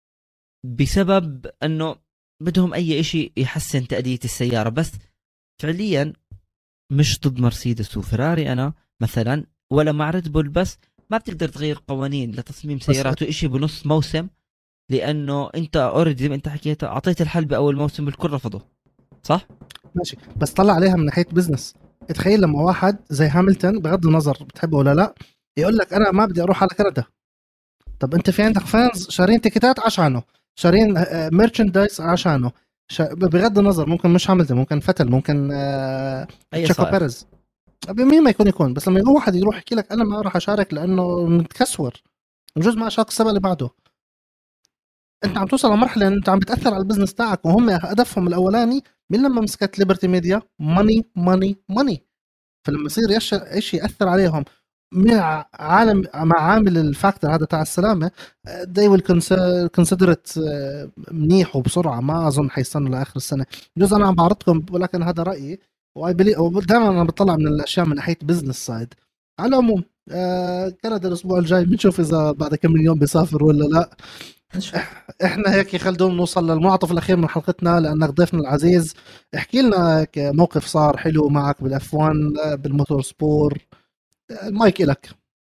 بسبب انه بدهم اي اشي يحسن تأدية السيارة. بس فعليا مش ضد مرسيدس وفراري أنا مثلا ولا مع ريد بول، بس ما بتقدر تغير قوانين لتصميم سيارات وإشي بنص موسم لانه انت اوريدي زي ما انت حكيت اعطيت الحل باول موسم الكل رفضه، صح؟ ماشي، بس طلع عليها من ناحيه بزنس. تخيل لما واحد زي هاملتون، بغض النظر بتحبه ولا لا، يقول لك انا ما بدي اروح على كندا. طب انت في عندك فانز شارين تيكتات عشانه، شارين ميرشندايز عشانه، بغض النظر ممكن مش هاملتون، ممكن فتل، ممكن اي تشاكو صائغ. بيريز، مين ما يكون. بس لما يجي واحد يروح يحكي لك انا ما راح اشارك لانه متكسور، بجوز ما شارك السبق اللي بعده. انت عم توصل لمرحله ان انت عم بتاثر على البزنس تاعك، وهم هدفهم الاولاني من لما مسكت ليبرتي ميديا ماني ماني ماني. فلما يصير ايش ياثر عليهم من عالم مع عامل الفاكتور هذا تاع السلامه، they will consider it منيح وبسرعه. ما اظن حيستنوا لاخر السنه. جزء انا عم بعرضكم ولكن هذا رايي، ودائما انا بطلع من الاشياء من ناحيه بزنس سايد. على العموم كندا الاسبوع الجاي بنشوف اذا بعد كم من يوم بيسافر ولا لا. نشوف. احنا هيك يا خلدون نوصل للمنعطف الاخير من حلقتنا، لانك ضيفنا العزيز. احكي لنا هيك موقف صار حلو معك بالاف 1 بالموتور سبور. المايك إلك.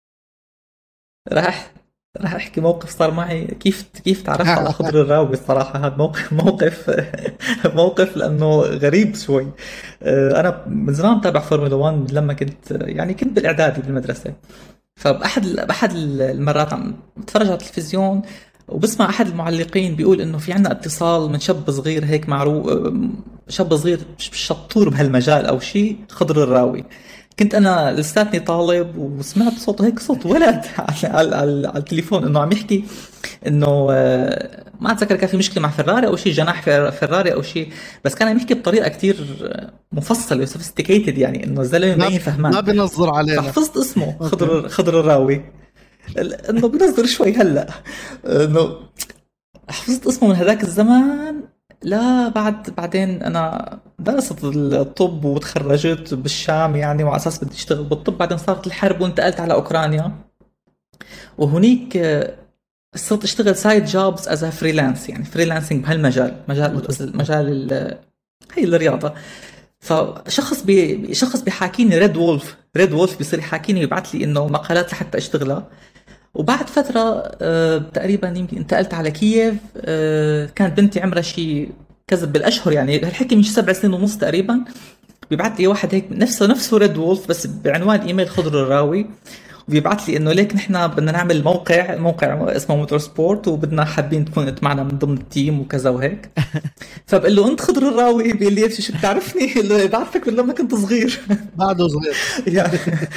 راح احكي موقف صار معي، كيف تعرفت على خضر الراوي. الصراحه هذا موقف لانه غريب شوي. انا من زمان متابع فورمولا 1 لما كنت بالاعدادي بالمدرسه. فبأحد المرات عم بتفرج على التلفزيون وبسمع أحد المعلقين بيقول إنه في عنا اتصال من شاب صغير هيك معروف، شاب صغير شطور بهالمجال أو شيء، خضر الراوي. كنت أنا لساتني طالب وسمعت صوته هيك، صوت ولد على التليفون، إنه عم يحكي إنه ما أتذكر كان في مشكلة مع فراري أو شيء، جناح فراري أو شيء، بس كان عم يحكي بطريقة كتير مفصلة وسوفيستيكيتد، يعني إنه الزلمة مبين فهمان. ما بنظر علينا. فحفظت اسمه خضر الراوي، انه بنظر شوي هلا، انه حفظت اسمه من هذاك الزمان. لا بعدين انا درست الطب وتخرجت بالشام يعني، وعلى اساس بدي اشتغل بالطب. بعدين صارت الحرب وانتقلت على اوكرانيا، وهنيك صرت اشتغل سايد جوبز از فريلانس، يعني فريلانسنج بهالمجال، مجال هي الرياضه. فشخص شخص بيحاكيني ريد وولف بيصير يحاكيني ويبعث لي انه مقالات لحتى اشتغلها. وبعد فترة تقريبا يمكن انتقلت على كييف. كانت بنتي عمرها شيء كذب بالاشهر، يعني هالحكي من 7 سنين ونص تقريبا. بيبعث لي واحد هيك نفسه ريد وولف بس بعنوان ايميل خضر الراوي، وبيبعث لي انه ليك نحن بدنا نعمل موقع اسمه موتور سبورت، وبدنا حابين تكون انت معنا من ضمن التيم وكذا وهيك. فبقول له انت خضر الراوي؟ بيقول لي شو بتعرفني؟ اللي بعرفك من لما كنت صغير. بعده صغير يعني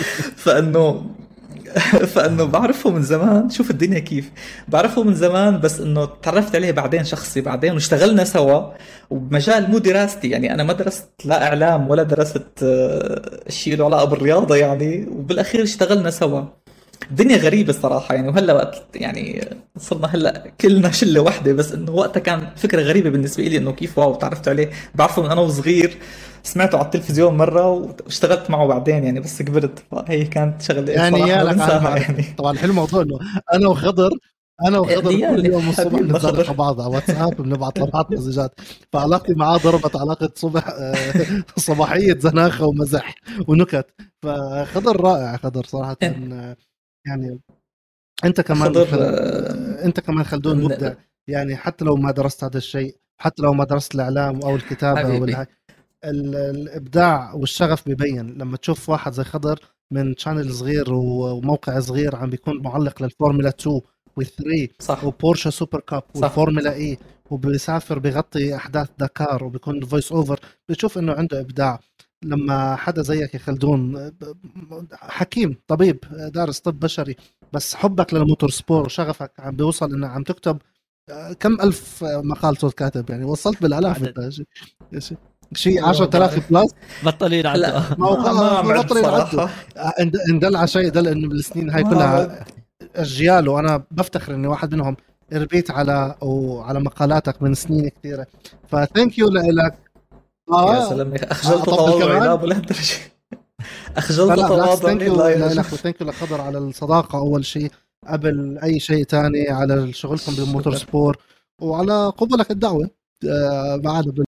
فانه بعرفه من زمان. شوف الدنيا كيف، بعرفه من زمان، بس انه تعرفت عليه بعدين شخصي بعدين، واشتغلنا سوا وبمجال مو دراستي. يعني انا ما درست لا اعلام ولا درست شيء له علاقه بالرياضه يعني، وبالاخير اشتغلنا سوا. الدنيا غريبة الصراحة يعني. وهلا وقت يعني صرنا هلا كلنا شلة واحدة، بس انه وقتها كان فكرة غريبة بالنسبة لي، انه كيف واو تعرفت عليه، بعرفه من انا وصغير، سمعته على التلفزيون مرة واشتغلت معه بعدين يعني بس كبرت. فهي كانت شغلة يعني صراحة يا لك بنساها يعني. طبعا الحلو موضوع انه انا وخضر كل يوم الصبح حبيبنا بنتزرق خضر. على بعض على واتساب، بنبعث لبعض مسجات. فعلاقتي معاه ضربت علاقة صبح صباحية زناخة ومزح ونكت. فخضر رائع، خضر صراحة. يعني انت كمان انت كمان خلدون مبدع يعني. حتى لو ما درست هذا الشيء، حتى لو ما درست الاعلام او الكتابه او الابداع والشغف بيبين لما تشوف واحد زي خضر من شانل صغير وموقع صغير عم بيكون معلق للفورمولا 2 و3 وبورشا سوبر كاب والفورمولا اي، وبيسافر بيغطي احداث داكار وبيكون فويس اوفر. بتشوف انه عنده ابداع. لما حدا زيك يا خلدون، حكيم طبيب دارس طب بشري، بس حبك للموتور سبور وشغفك عم بيوصل انه عم تكتب كم الف مقال صوت كاتب، يعني وصلت بالالاف. شيء 10,000 بلس. بطلين عدوا. ما بطلين عدوا. اندل على شيء دل انه بالسنين هاي كلها اجيال، وانا بفتخر اني واحد منهم ربيت على مقالاتك من سنين كثيره. فثانك يو لك. يا سلام، اخجلت تواضعي لا ابو لهالدرجه. اخجلت تواضعي لا. ثانك يو لخضر على الصداقه اول شيء قبل اي شيء تاني، على شغلكم بالموتور سبور، وعلى قبولك الدعوه معنا.